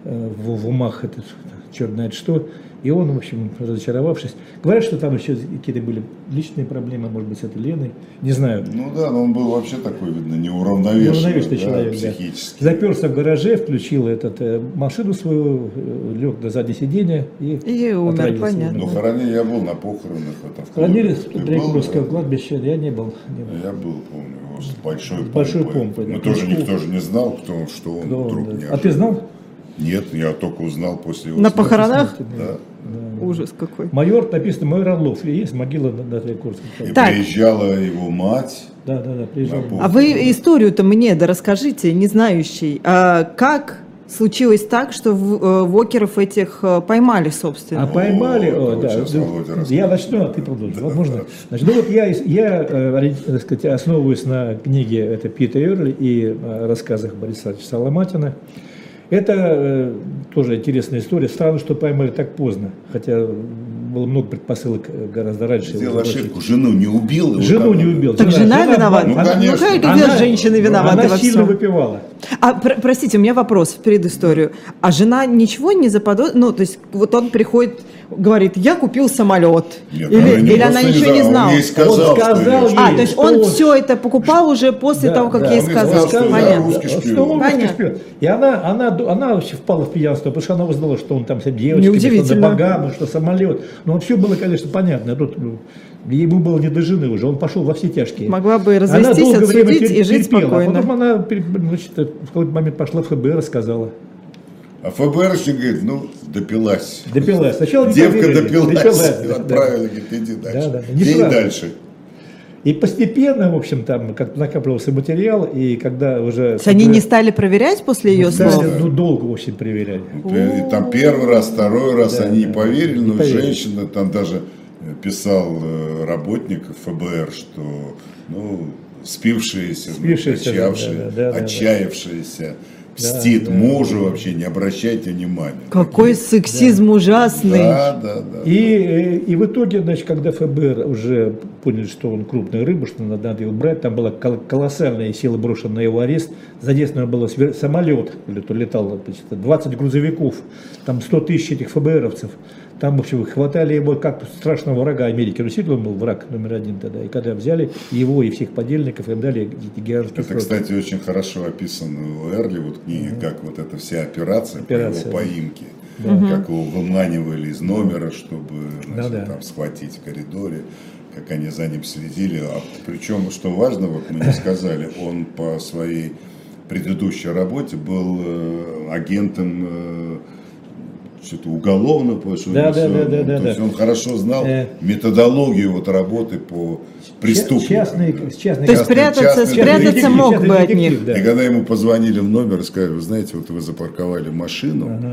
в умах это черт знает что. И он, в общем, разочаровавшись, говорят, что там еще какие-то были личные проблемы, может быть, с этой Леной, не знаю. Ну да, но он был вообще такой, видно, неуравновешенный, человек, психически. Да. Заперся в гараже, включил машину свою, лег на заднее сиденье и умер, понятно. Ну, хоронили, я был на похоронах. Хоронили в Троекуровское кладбище, я не был. Я был, помню, его с большой помпой. Но тоже никто же не знал, что он вдруг не ожидал. А ты знал? Нет, я только узнал после его смерти. На похоронах? Да. Ужас какой. Майор, написано майор Орлов, и есть могила на Троекуровском. И приезжала его мать. Да, приезжала. А вы историю-то мне расскажите, не знающий. Как случилось так, что вокеров этих поймали, собственно? Поймали? Я начну, а ты продолжишь. Возможно. Значит, я, так сказать, основываюсь на книге Пита Эрли и рассказах Бориса Соломатина. Это тоже интересная история. Странно, что поймали так поздно, хотя было много предпосылок гораздо раньше. Сделал ошибку, жену не убил. Жену не убил. Так жена виновата? Ну, конечно. Какая женщина виновата Она во сильно всем? выпивала. Простите, у меня вопрос в предысторию. А жена ничего не заподозрила? Ну, то есть, вот он приходит, говорит, я купил самолет. Нет, Или она просто ничего не знала. знала? Он ей сказал, Он сказал что ей, То есть что он он- все это покупал уже после Да, того, как да, ей он ей сказал. сказал, что Понятно. русский Что шпион. он русский Понятно. шпион. И она вообще впала в пьянство, потому что она узнала, что он там с девочками, что он Неудивительно. богатый, что самолет. Но все было, конечно, понятно. Тут ему было не до жены уже, он пошел во все тяжкие. Могла бы Она развестись, долгое время отсудить и жить терпела, спокойно. А потом она, значит, в какой-то момент пошла в ФБР, рассказала. А ФБРщик говорит, ну, допилась. Допилась. Сначала не Девка поверили. допилась, да, отправила, да. говорит, иди дальше. Да, да. Не Иди сразу. дальше. И постепенно, в общем, там как накапливался материал, и когда уже... То есть они не стали проверять после ее стали, слов? ну, долго очень проверяли. И там первый раз, второй раз Да, они не да, поверили, не но поверили. женщина, там даже писал работник ФБР, что, ну, спившаяся, Спившаяся, отчаявшаяся, да, отчаявшаяся, мстит да, мужу вообще, не обращайте внимания. Какой сексизм ужасный. Да, да, да. И в итоге, значит, когда ФБР уже поняли, что он крупная рыба, что надо его брать, там была колоссальная сила брошена на его арест. Задействовано было самолет, летал, значит, 20 грузовиков, там 100 тысяч этих ФБРовцев. Там, в общем, хватали его как страшного врага Америки. Действительно, он был враг номер один тогда. И когда взяли его и всех подельников, им дали эти гигантские Это, сроки. кстати, очень хорошо описано у Эрли, вот книги, как вот эта вся операция по Операция, его да. поимке, как его выманивали из номера, чтобы значит, Да-да. там, схватить в коридоре, как они за ним следили. А причем, что важно, вот мы не сказали, он по своей предыдущей работе был агентом что-то уголовного, то есть он хорошо знал методологию вот работы по преступникам. То есть спрятаться мог бы от них. И когда ему позвонили в номер и сказали, вы знаете, вот вы запарковали машину,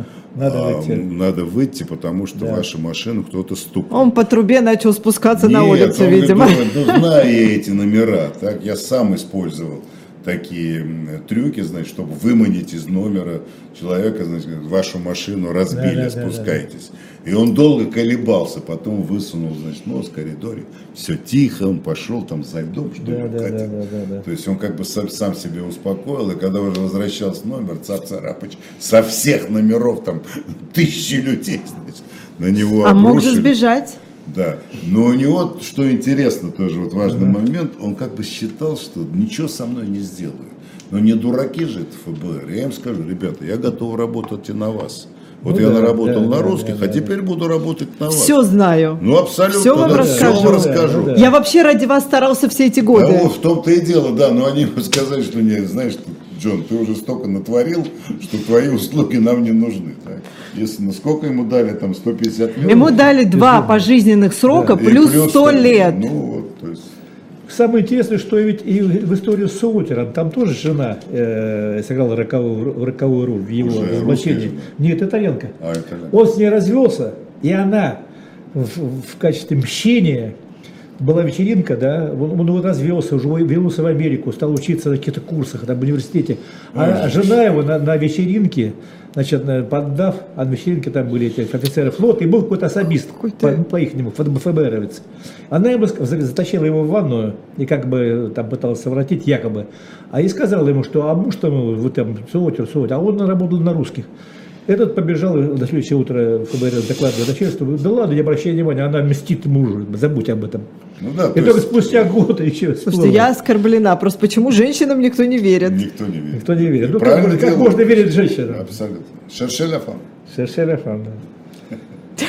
надо выйти, потому что вашу машину кто-то стукнул. Он по трубе начал спускаться на Нет, улицу, он видимо. говорит, ну, знаю я эти номера, так, я сам использовал такие трюки, значит, чтобы выманить из номера человека, значит, вашу машину разбили, спускайтесь. И он долго колебался, потом высунул, значит, нос в коридоре, все тихо, он пошел там за льдом, что ли, укатил. То есть он как бы сам себя успокоил, и когда уже возвращался в номер, Цап-Царапыч со всех номеров, там, тысячи людей, значит, на него А мог же обрушили. сбежать. Да, но у него, что интересно, тоже вот важный момент, он как бы считал, что ничего со мной не сделают. Но не дураки же это ФБР. Я им скажу, ребята, я готов работать и на вас. Вот я наработал на русских, а теперь буду работать на вас. Все знаю. Ну абсолютно, Все вам да, расскажу. все вам расскажу. Я вообще ради вас старался все эти Да годы. вот в том-то и дело, да, но они сказали, что не, знаешь, Джон, ты уже столько натворил, что твои услуги нам не нужны. Так? Если, ну сколько ему дали, там 150 лет? Ему дали 2 пожизненных срока, И плюс 100 лет. Ну вот, то есть... Самое интересное, что ведь и в истории с Солотером, там тоже жена сыграла роковую роль в его Уже разоблачении. русская жена? Нет, итальянка. итальянка. Он с ней развелся, и она в качестве мщения, была вечеринка, да, он развелся, уже вернулся в Америку, стал учиться на каких-то курсах там, в университете. А жена его на вечеринке, значит, поддав, а на вечеринке там были эти офицеры флота, и был какой-то особист, по-ихнему, ФБРовец. Она ему затащила его в ванную и как бы там пыталась совратить, якобы. А и сказала ему, что а муж там, вот там, Солотер, а он работал на русских. Этот побежал на следующее утро в ФБР докладывает начальству, да ладно, не обращай внимания, она мстит мужу, забудь об этом. Ну, да, И только спустя год еще Слушайте, я оскорблена. Просто почему женщинам никто не верит? Никто не верит. Никто не верит. Ну, Правильно как можно верить женщинам? Абсолютно. Шершель Афан. Шершель Афан, да.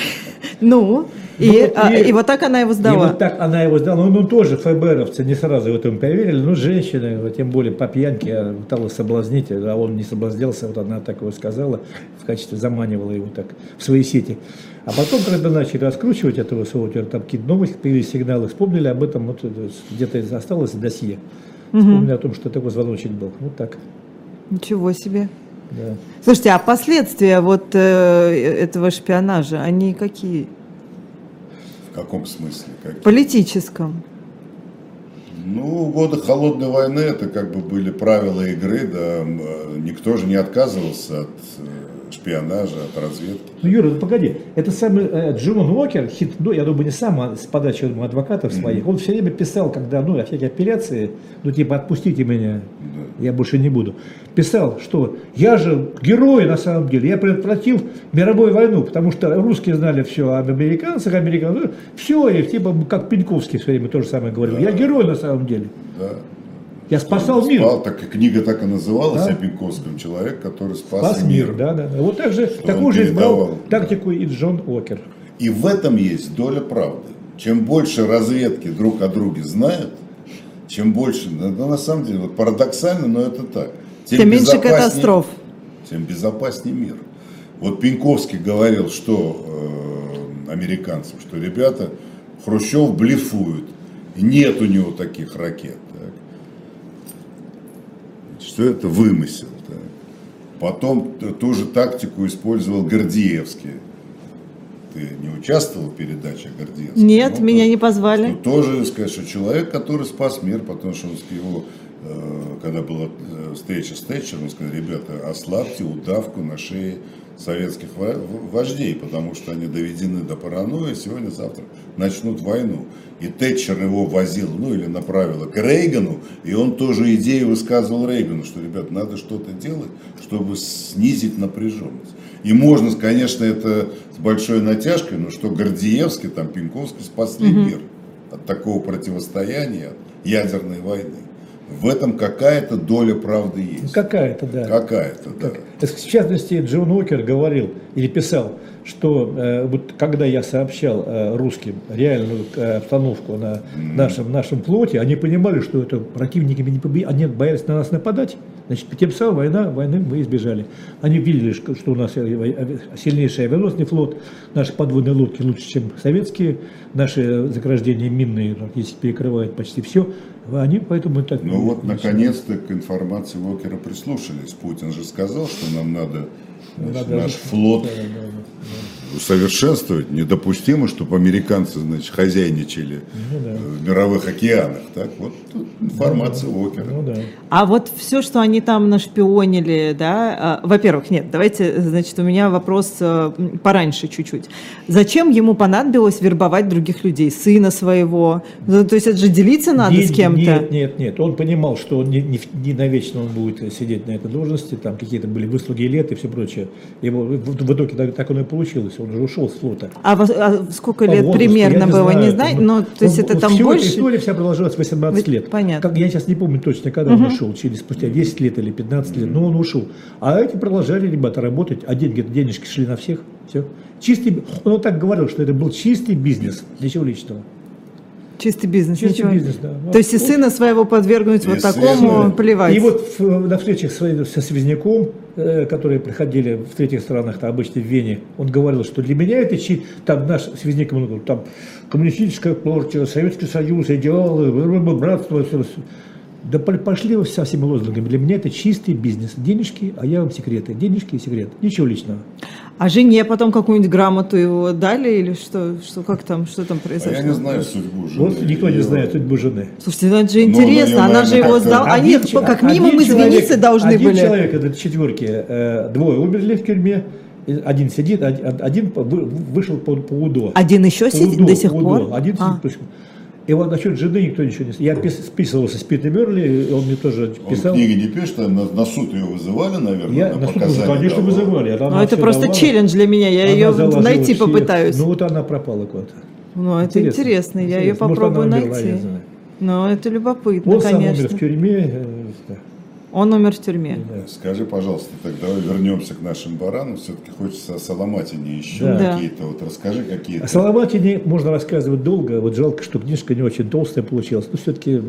Ну, и вот так она его И сдала. вот так она его сдала. Ну, тоже ФБРовцы не сразу в этом поверили. Ну, женщины, тем более по пьянке, пыталась соблазнить, а он не соблазнился. Вот она так его сказала, в качестве заманивала его так в свои сети. А потом, когда начали раскручивать этого Солотера, там какие-то новости появились, сигналы, вспомнили об этом, вот где-то осталось досье. Вспомнили о том, что такой звоночек был. Вот так. Ничего себе. Да. Слушайте, а последствия вот этого шпионажа, они какие? В каком смысле? В политическом. Ну, в годы холодной войны это как бы были правила игры, да, никто же не отказывался от шпионажа, от разведки. Ну, Юра, ну погоди, это самый Джон Уокер, ну, я думаю, не сам, а с подачи адвокатов своих, он все время писал, когда, ну, всякие апелляции, ну, типа, отпустите меня, я больше не буду. Писал, что я же герой на самом деле, я предотвратил мировую войну, потому что русские знали все об американцах, все, и типа, как Пеньковский все время то же самое говорил, я герой на самом деле. Да. Я спасал мир. Так, и книга так и называлась, да? О Пеньковском, человек, который спас мир. Да. Вот так же, такую же избрал тактику и Джон Уокер. И в этом есть доля правды. Чем больше разведки друг о друге знают, чем больше, на самом деле, вот парадоксально, но это так, тем меньше катастроф. Тем безопаснее мир. Вот Пеньковский говорил, что американцам, что ребята, Хрущев блефует, нет у него таких ракет. Что это вымысел. Да. Потом ту же тактику использовал Гордеевский. Ты не участвовал в передаче Гордеевского? Нет, меня не позвали. Тоже сказать, что человек, который спас мир, потому что он его, когда была встреча с Тэтчером, он сказал, ребята, ослабьте удавку на шее советских вождей, потому что они доведены до паранойи, сегодня-завтра начнут войну. И Тэтчер его возил, ну или направила к Рейгану, и он тоже идею высказывал Рейгану, что, ребят, надо что-то делать, чтобы снизить напряженность. И можно, конечно, это с большой натяжкой, но что Гордеевский, там, Пеньковский спасли мир от такого противостояния, от ядерной войны. В этом какая-то доля правды есть. Какая-то, да. Какая-то, да. В частности, Джон Уокер говорил или писал, что вот когда я сообщал русским реальную обстановку на нашем флоте, они понимали, что это противники не победили, они боялись на нас нападать, значит, тем самым войны мы избежали. Они видели, что у нас сильнейший авианосный флот, наши подводные лодки лучше, чем советские, наши заграждения минные практически перекрывают почти все. Они поэтому так. Ну вот, наконец-то к информации Уокера прислушались. Путин же сказал, что нам надо наш флот усовершенствовать. Недопустимо, чтобы американцы, значит, хозяйничали в мировых океанах. Так вот, информация Уокера. А вот все, что они там нашпионили, да, во-первых, нет, давайте, значит, у меня вопрос пораньше чуть-чуть. Зачем ему понадобилось вербовать других людей, сына своего? Ну, то есть это же делиться надо с кем-то? Нет. Он понимал, что не навечно он будет сидеть на этой должности, там какие-то были выслуги лет и все прочее. Его в итоге так оно и получилось. Он же ушел с флота. А сколько лет примерно было, не знаю? Но, то есть это там больше? Эта история вся продолжилась 18 лет. Понятно. Я сейчас не помню точно, когда он ушел, спустя 10 лет или 15 лет, но он ушел. А эти продолжали, ребята, работать, а денежки шли на всех. Все. Чистый, он так говорил, что это был чистый бизнес, ничего личного. Чистый бизнес, чистый ничего. Бизнес, да. То есть и сына своего подвергнуть вот такому, плевать. И вот на встречах со связняком, которые приходили в третьих странах, там, обычно в Вене, он говорил, что для меня это там наш связник, он говорил, там коммунистическая партия, Советский Союз, идеалы, братство. Да пошли вы со всеми лозунгами. Для меня это чистый бизнес. Денежки, а я вам секреты. Денежки и секрет. Ничего личного. А жене потом какую-нибудь грамоту его дали или что там произошло? Я не знаю судьбу жены. Вот никто не знает судьбу жены. Слушайте, ну это же интересно, она же его сдала. Они как минимум извиниться должны были. Один человек, это четверки, двое умерли в тюрьме. Один сидит, один вышел по УДО. Один еще сидит до сих пор? Один сидит. И вот насчет жены никто ничего не знает. Я списывался с Питом Мерли, он мне тоже писал. Он в книге не пишет, а на суд ее вызывали, наверное, на суд, конечно, вызывали. Но это просто челлендж для меня, я ее найти попытаюсь. Ну вот она пропала куда-то. Ну это интересно, я ее попробую найти. Но это любопытно, он конечно. Он сам умер в тюрьме. Он умер в тюрьме. Да. Скажи, пожалуйста, тогда вернемся к нашим баранам. Все-таки хочется о Соломатине еще какие-то. Вот расскажи какие-то. О Соломатине можно рассказывать долго. Вот жалко, что книжка не очень толстая получилась. Но все-таки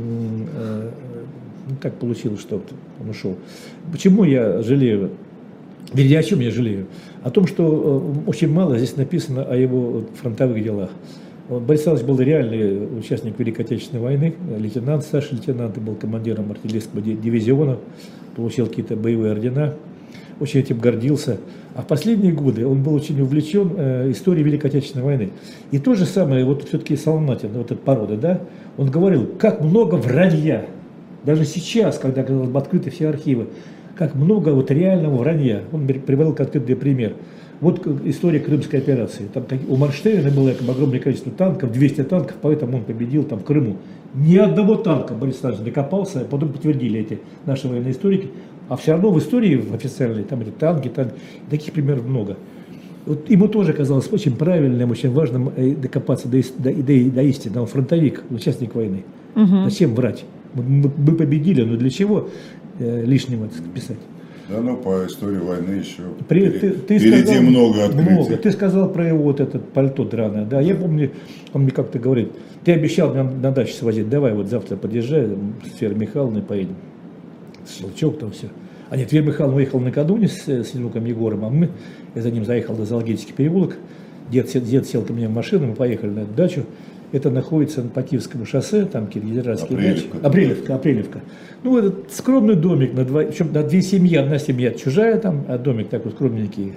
так получилось, что он ушел. Почему я жалею? Вернее, о чем я жалею? О том, что очень мало здесь написано о его фронтовых делах. Борис Александрович был реальный участник Великой Отечественной войны, лейтенант, старший лейтенант, и был командиром артиллерийского дивизиона, получил какие-то боевые ордена. очень этим гордился. А в последние годы он был очень увлечен историей Великой Отечественной войны. И то же самое, вот все-таки Соломатин, вот эта порода, да, он говорил, как много вранья, даже сейчас, когда, казалось бы, открыты все архивы, как много вот реального вранья. Он приводил конкретный пример. Вот история Крымской операции. Там у Манштейна было огромное количество танков, 200 танков, поэтому он победил там в Крыму. Ни одного танка Борис Иванович докопался, потом подтвердили эти наши военные историки. А все равно в истории в официальной, там эти танки, таких примеров много. Вот ему тоже казалось очень правильным, очень важным докопаться до истины. Он фронтовик, участник войны. Зачем врать? Мы победили, но для чего лишнего писать? Да, ну по истории войны еще ты впереди сказал, много открытий. Много. Ты сказал про его вот этот пальто драное. Да, я помню, он мне как-то говорит, ты обещал меня на дачу свозить, давай вот завтра подъезжай, с Верой Михайловной поедем. Щелчок там все. А нет, Вера Михайловна уехала накануне с внуком Егором, я за ним заехал до Зоологический переулок, дед сел ко мне в машину, мы поехали на эту дачу. Это находится по Киевскому шоссе, там Киргизарский мяч. Апрелевка. Ну, этот скромный домик, причем на две семьи, одна семья чужая там, а домик такой скромненький,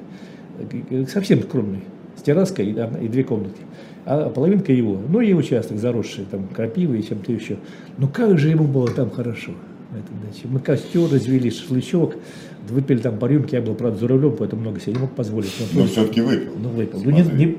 совсем скромный, с терраской и две комнаты. А половинка его, ну и участок заросший, там крапивой и чем-то еще. Ну как же ему было там хорошо. Мы костер развели, шашлычок, выпили там по рюмке, я был, правда, за рулем, поэтому много себе не мог позволить. Но все-таки выпил. Ну, выпил. Смотри,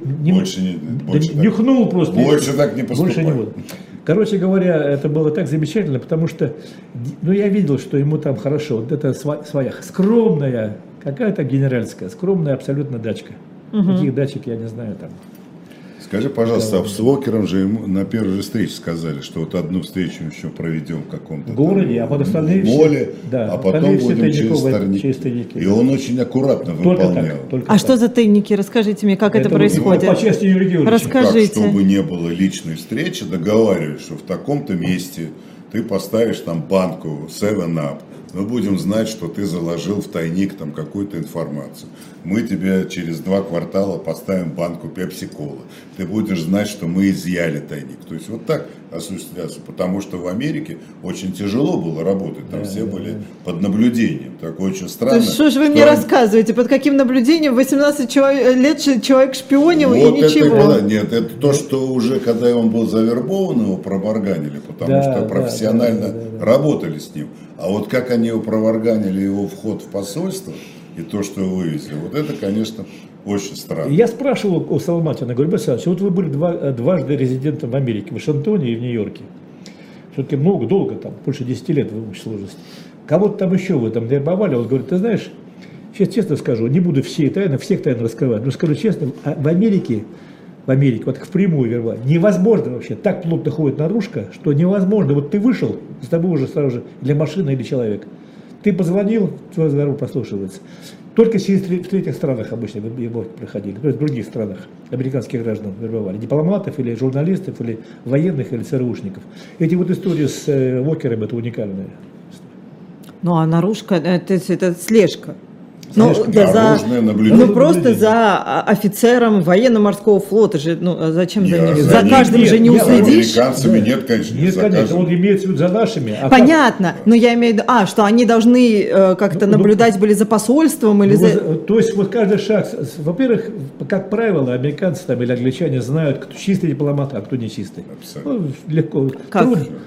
больше нюхнул просто. Больше так не поступай. Больше не буду. Короче говоря, это было так замечательно, потому что, ну, я видел, что ему там хорошо. Вот это своя скромная, какая-то генеральская, скромная абсолютно дачка. Таких дачек я не знаю там. Скажи, пожалуйста, с Уокером же ему на первой же встрече сказали, что вот одну встречу еще проведем в каком-то городе, а потом остальные моле, да, а потом будем через тайники. И он очень аккуратно выполнял. А что за тайники? Расскажите мне, как это происходит. По части Юрия Георгиевича. Расскажите. Так, чтобы не было личной встречи, договаривались, что в таком-то месте ты поставишь там банку 7-Up. Мы будем знать, что ты заложил в тайник там какую-то информацию. Мы тебе через 2 квартала поставим банку Пепси-Колы. Ты будешь знать, что мы изъяли тайник. То есть вот так осуществляться. Потому что в Америке очень тяжело было работать. Там все были под наблюдением. Такое очень странно. То есть, что же вы мне рассказываете? Под каким наблюдением 18 лет человек шпионил вот и ничего? Нет, это то, что уже когда он был завербован, его проварганили. Потому что профессионально работали с ним. А вот как они его проварганили, его вход в посольство, и то, что вывезли, вот это, конечно, очень странно. Я спрашивал у Соломатина, говорю, Александрович, вот вы были дважды резидентом в Америке, в Вашингтоне и в Нью-Йорке. Все-таки долго там, больше 10 лет в общей сложности. Кого-то там еще вы там вербовали, он говорит, ты знаешь, сейчас честно скажу, не буду всех тайн раскрывать, но скажу честно, в Америке, вот впрямую вербовать, невозможно вообще, так плотно ходит наружка, что невозможно. Вот ты вышел, с тобой уже сразу же или машина, или человек. Ты позвонил, твой разговор прослушивается. Только в третьих странах обычно вербовки проходили, то есть в других странах американских граждан вербовали. Дипломатов, или журналистов, или военных, или ЦРУшников. Эти вот истории с Уокером, это уникальная. Ну а наружка, это слежка. Ну, просто за офицером военно-морского флота же, ну зачем за ними? За каждым нет, же не уследишь. Американцами нет, конечно. Нет, конечно, он имеется в виду за нашими. Понятно, но я имею в виду, что они должны как-то наблюдать были за посольством или за... То есть вот каждый шаг, во-первых, как правило, американцы там или англичане знают, кто чистый дипломат, а кто не чистый. Абсолютно. Ну, легко. Как?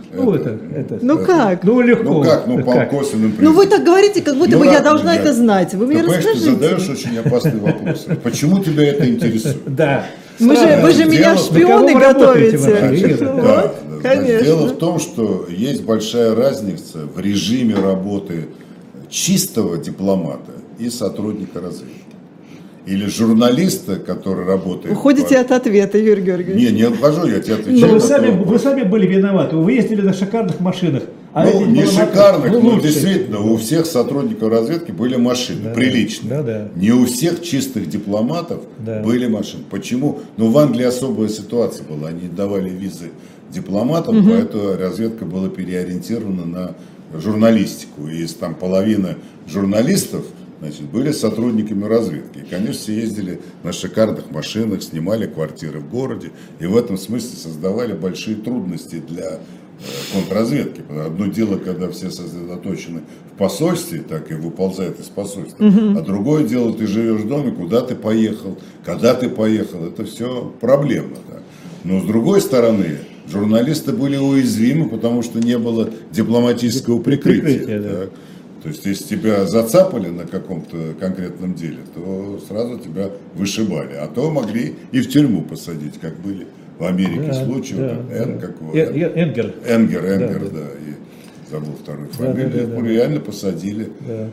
Как? Ну легко. По косвенным признакам. Ну вы так говорите, как будто бы я должна это знать. Вы мне расскажите. Ты задаешь очень опасные вопросы. Почему тебя это интересует? Да. Вы же меня в шпионы готовите. Да, конечно. Дело в том, что есть большая разница в режиме работы чистого дипломата и сотрудника разведки. Или журналиста, который работает... Уходите от ответа, Юрий Георгиевич. Не отхожу, я тебе отвечаю. Но вы сами были виноваты. Вы ездили на шикарных машинах. Не шикарных, но действительно у всех сотрудников разведки были машины, приличные. Да. Не у всех чистых дипломатов были машины. Почему? Ну, в Англии особая ситуация была. Они давали визы дипломатам, поэтому разведка была переориентирована на журналистику. И там половина журналистов, значит, были сотрудниками разведки. И, конечно, все ездили на шикарных машинах, снимали квартиры в городе. И в этом смысле создавали большие трудности для контрразведки. Одно дело, когда все сосредоточены в посольстве, так и выползают из посольства. А другое дело, ты живешь в доме, куда ты поехал, когда ты поехал. Это все проблемно. Да. Но с другой стороны, журналисты были уязвимы, потому что не было дипломатического прикрытия. Да. Да. То есть, если тебя зацапали на каком-то конкретном деле, то сразу тебя вышибали. А то могли и в тюрьму посадить, как были в Америке случаи. Энгер. Энгер, да. И забыл вторую фамилию. Его реально посадили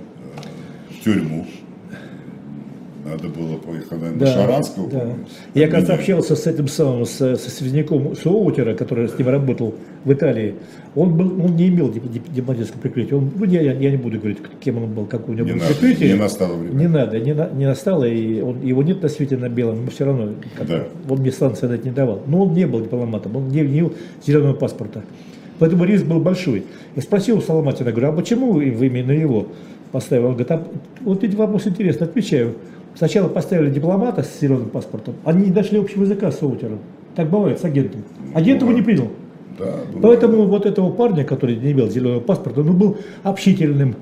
в тюрьму. Надо было поехать, наверное, на Шаранского. Да. Я как-то общался с этим самым, со связником Соутера, который с ним работал в Италии. Он не имел дипломатического прикрытия. Я не буду говорить, кем он был, как у него было прикрытие. Не настало время. Не надо, не настало, и его нет на свете на белом, но все равно он мне станции дать не давал. Но он не был дипломатом, он не имел зеленого паспорта. Поэтому риск был большой. Я спросил у Соломатина, говорю, а почему вы именно его поставили? Он говорит, вот эти вопросы интересны, отвечаю. Сначала поставили дипломата с зеленым паспортом, они не дошли общего языка с Соутером. Так бывает с агентом. Агент его не принял. Да, поэтому вот этого парня, который не имел зеленого паспорта, он был общительным,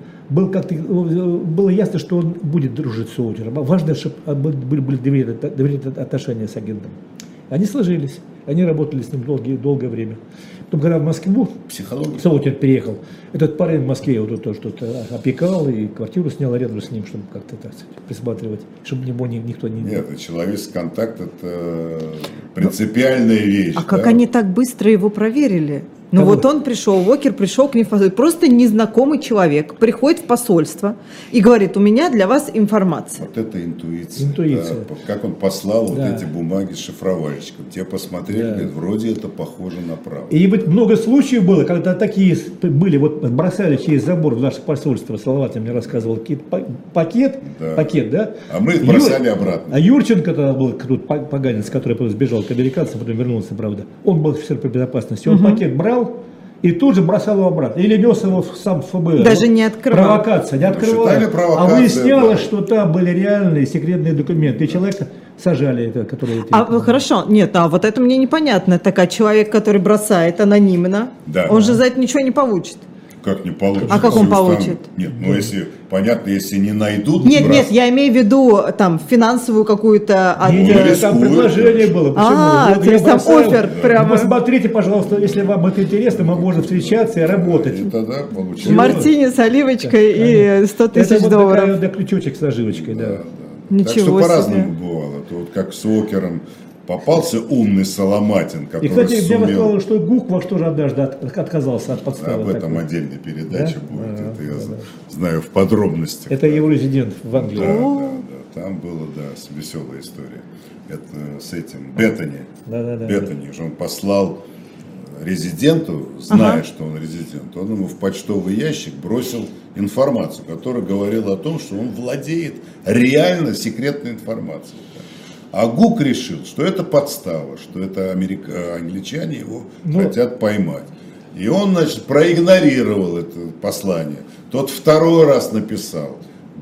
было ясно, что он будет дружить с Соутером. Важно, чтобы были доверительные отношения с агентом. Они сложились, они работали с ним долгое время. Потом, когда в Москву Соутер переехал, этот парень в Москве вот то что-то опекал и квартиру снял рядом с ним, чтобы как-то так присматривать, чтобы него никто не... Нет, человеческий контакт – это принципиальная вещь. А как они так быстро его проверили? Ну вот он пришел, Уокер пришел к ним, просто незнакомый человек приходит в посольство и говорит, у меня для вас информация. Вот это интуиция. Да, как он послал вот эти бумаги с шифровальщиком. Те посмотрели, говорят, вроде это похоже на правду. И вот много случаев было, когда такие были, вот бросали через забор в наше посольство, Салават мне рассказывал, пакет, да? А мы их бросали обратно. А Юрченко тогда был тут поганец, который потом сбежал к американцам, потом вернулся, правда. Он был офицер по безопасности. Он пакет брал и тут же бросал его обратно. Или нес его сам в ФБР. Даже не открывал. Провокация, не открывал. А выяснялось, что там были реальные секретные документы. И человека сажали, который... Хорошо, нет, вот это мне непонятно. Так, человек, который бросает анонимно, он же за это ничего не получит. Как не получит? А как он получит? Нет, если, понятно, если не найдут... Нет, я имею в виду там финансовую какую-то... Там предложение было. То есть там оффер прямо. Посмотрите, пожалуйста, если вам это интересно, мы можем встречаться и работать. И тогда получилось. Мартини с оливочкой и 100 тысяч долларов. Это вот ключочек с наживочкой, да. Ничего себе. Так что по-разному бывало. То вот как с Уокером попался умный Соломатин, который и, кстати, сумел... я рассказал, что Гуква тоже однажды отказался от подставы. Об этом отдельная передача будет. Это я знаю в подробностях. Это его резидент в Англии. Да. Там была, веселая история. Это с этим Беттани. Беттани же он послал резиденту, зная, что он резидент, он ему в почтовый ящик бросил информацию, которая говорила о том, что он владеет реально секретной информацией. А ГУК решил, что это подстава, что это англичане его хотят поймать. И он, проигнорировал это послание. Тот второй раз написал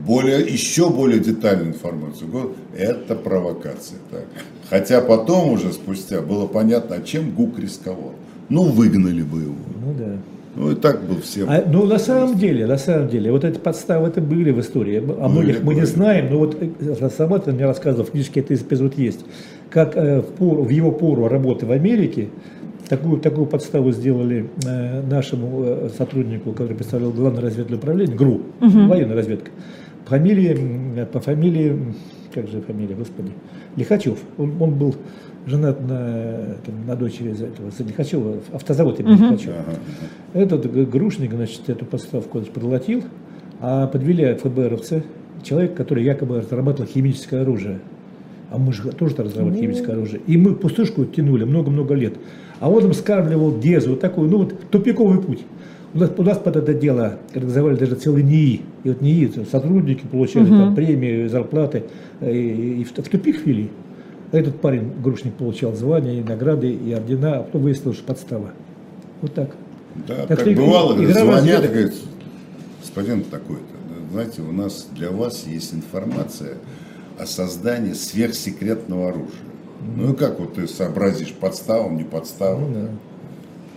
еще более детальную информацию. Это провокация. Так. Хотя потом уже спустя было понятно, чем ГУК рисковал. Выгнали бы его. И так был всем. На самом деле, вот эти подставы это были в истории. О многих мы не знаем, но вот Саламат мне рассказывал, в книжке этот эпизод есть, как в его пору работы в Америке такую подставу сделали нашему сотруднику, который представлял Главное разведывательное управление, ГРУ, военная разведка, по фамилии, как же фамилия, господи, Лихачев. Он был женат на дочери этого Лихачева, автозавод имени Лихачева. Этот грушник, эту подставку проглотил, а подвели ФБРовцы, человек, который якобы разрабатывал химическое оружие. А мы же тоже разрабатывали химическое оружие. И мы пустышку тянули много-много лет. А он им скармливал Гезу, такой, тупиковый путь. У нас под это дело организовали даже целый НИИ. И вот НИИ, сотрудники получали там премии, зарплаты, и в тупик ввели. А этот парень, грушник, получал звания, и награды, и ордена, а потом выяснилось, что подстава. Вот так. Да, так бывало, звонят, говорят, господин такой-то, знаете, у нас для вас есть информация о создании сверхсекретного оружия. И как вот ты сообразишь, подставом, не подставом?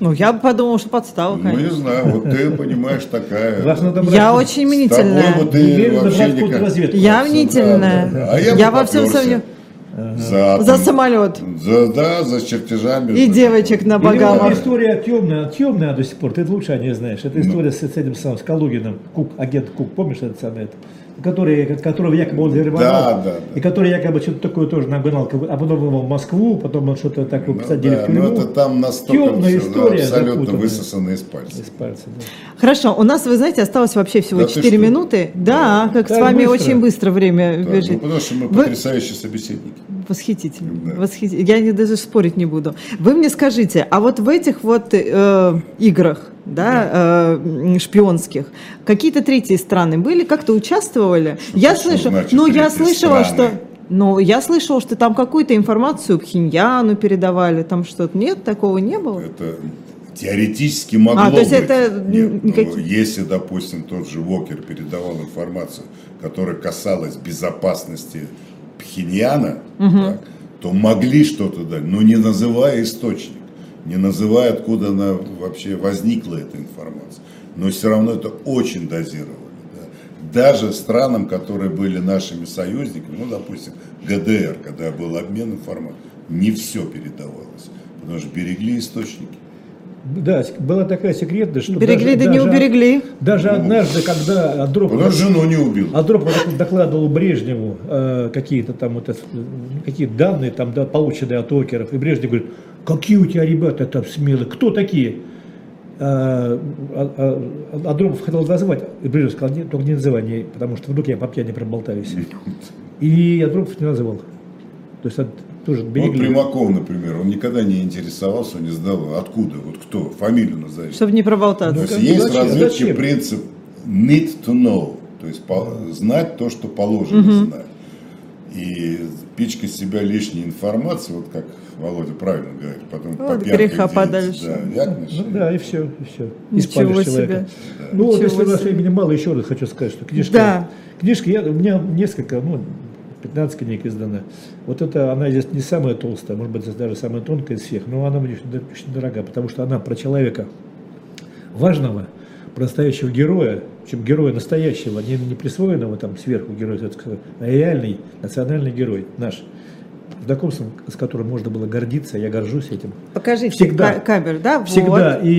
Ну, я бы подумала, что подстава, Ну, конечно. не знаю, вот ты, понимаешь, такая. Вас надо брать- Я очень С мнительная. тобой бы Не ты верю, надо вообще брать никак... контрразведку. Я мнительная. А я Я бы во всем попёрся сомневаюсь. За За самолет. за чертежами. И девочек на Или вот эта Багамах. история темная до сих пор, ты это лучше не знаешь. Это история с этим самым, с Калугиным, агент Кук, помнишь этот самый, который якобы он ревновал, Да. и который якобы что-то такое тоже нагнал, а потом его в Москву, потом он что-то такое посадили в тюрьму. Ну, это там настолько Темная всё, история, абсолютно запутанная. высосано из пальца. Из пальца, да. Хорошо, у нас, вы знаете, осталось вообще всего Да ты 4 что? минуты. Да, как с Так вами быстро. очень быстро время Да, ну, бежит. потому что мы Вы- потрясающие собеседники. Восхитительно. Да. Восхитительно. Я даже спорить не буду. Вы мне скажите, а вот в этих вот играх, да, шпионских, какие-то третьи страны были, как-то участвовали? Я что слышу, значит ну я третьи слышала, страны? что, ну я слышала, что там какую-то информацию Пхеньяну передавали, там что-то. Нет, такого не было. Это теоретически могло то есть быть. это Нет, никаких- но если, допустим, тот же Уокер передавал информацию, которая касалась безопасности Пхеньяна, так, то могли что-то дать, но не называя источник, не называя, откуда она вообще возникла, эта информация. Но все равно это очень дозировано. Да. Даже странам, которые были нашими союзниками, ну, допустим, ГДР, когда был обмен информацией, не все передавалось, потому что берегли источники. Да, была такая секретность, что Берегли, да не уберегли. Даже однажды, когда Андропов... Потому что жену не убил. Андропов докладывал Брежневу какие-то там какие данные там, да, полученные от Океров, и Брежнев говорит, какие у тебя ребята там смелые, кто такие? Андропов хотел назвать, и Брежнев сказал, нет, только не называй, потому что вдруг я по пьяни проболтаюсь. И Андропов не называл. То есть тоже Вот берегли. Примаков, например, он никогда не интересовался, он не задал, откуда, вот кто, фамилию назовите. Чтобы не проболтаться. То есть Ну, есть зачем? разведчик Зачем? принцип need to know, то есть знать то, что положено знать. И пичкать себя лишней информацией, вот как Володя правильно говорит, потом Вот по пьянке греха где-нибудь, подальше. Да, вякнешь, Ну, да, и все, и все. Ничего себе. Ну, вот Ничего если у нас себе. времени мало, еще раз хочу сказать, что книжка, Да. у меня несколько, 15 книг издано. Вот это, она здесь не самая толстая, может быть, даже самая тонкая из всех, но она мне очень дорога, потому что она про человека важного, про настоящего героя, чем героя настоящего, не присвоенного там сверху героя, а реальный национальный герой наш, знакомством, с которым можно было гордиться, я горжусь этим. Покажите Всегда. камер, да? Всегда. Вот.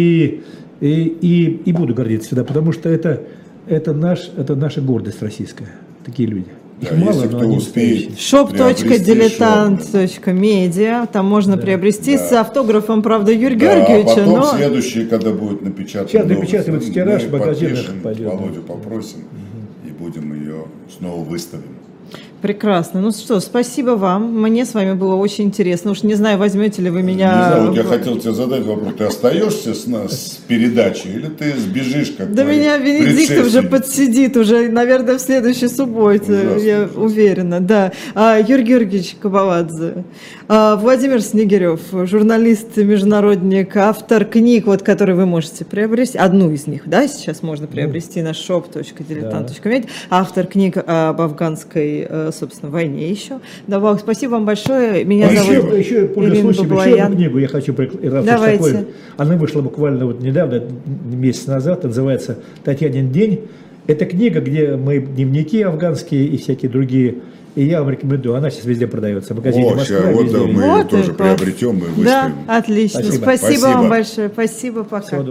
И буду гордиться всегда, потому что это наша гордость российская, такие люди. Их Да, мало, если но кто они успеет. настоящие. shop.diletant.media, там можно приобрести Да. с автографом, правда, Юрия Да, а Георгиевича, потом но... следующий, когда будет напечатан Сейчас новый, напечатывается тираж, мы в магазинах подпишем, пойдет. Володю попросим и будем ее снова выставим. Прекрасно. Ну что, спасибо вам. Мне с вами было очень интересно. Уж не знаю, возьмете ли вы Не меня... знаю, вот я хотел тебе задать вопрос. Ты остаешься с нас с передачей или ты сбежишь, как Да твои меня Венедикт уже предшественники? подсидит, уже, наверное, в следующей субботе, Ужасно, я ужасно. уверена, да. Юрий Георгиевич Кабаладзе, Владимир Снегирев, журналист, международник, автор книг, вот, которые вы можете приобрести, одну из них, да, сейчас можно приобрести на shop.diletant.media, автор книг об афганской, собственно, войне еще. Да, спасибо вам большое. Меня зовут Еще, пользуясь Ирина случаем, еще Баблоян. одну книгу я хочу рекламировать. Давайте. Она вышла буквально вот недавно, месяц назад, называется «Татьянин день». Это книга, где мои дневники афганские и всякие другие. И я вам рекомендую, она сейчас везде продается. В магазине О, Москва, сейчас вот везде. да, мы Вот тоже и приобретем и выставим. Да, отлично. Спасибо. Спасибо Спасибо. вам большое. Спасибо, пока. Всего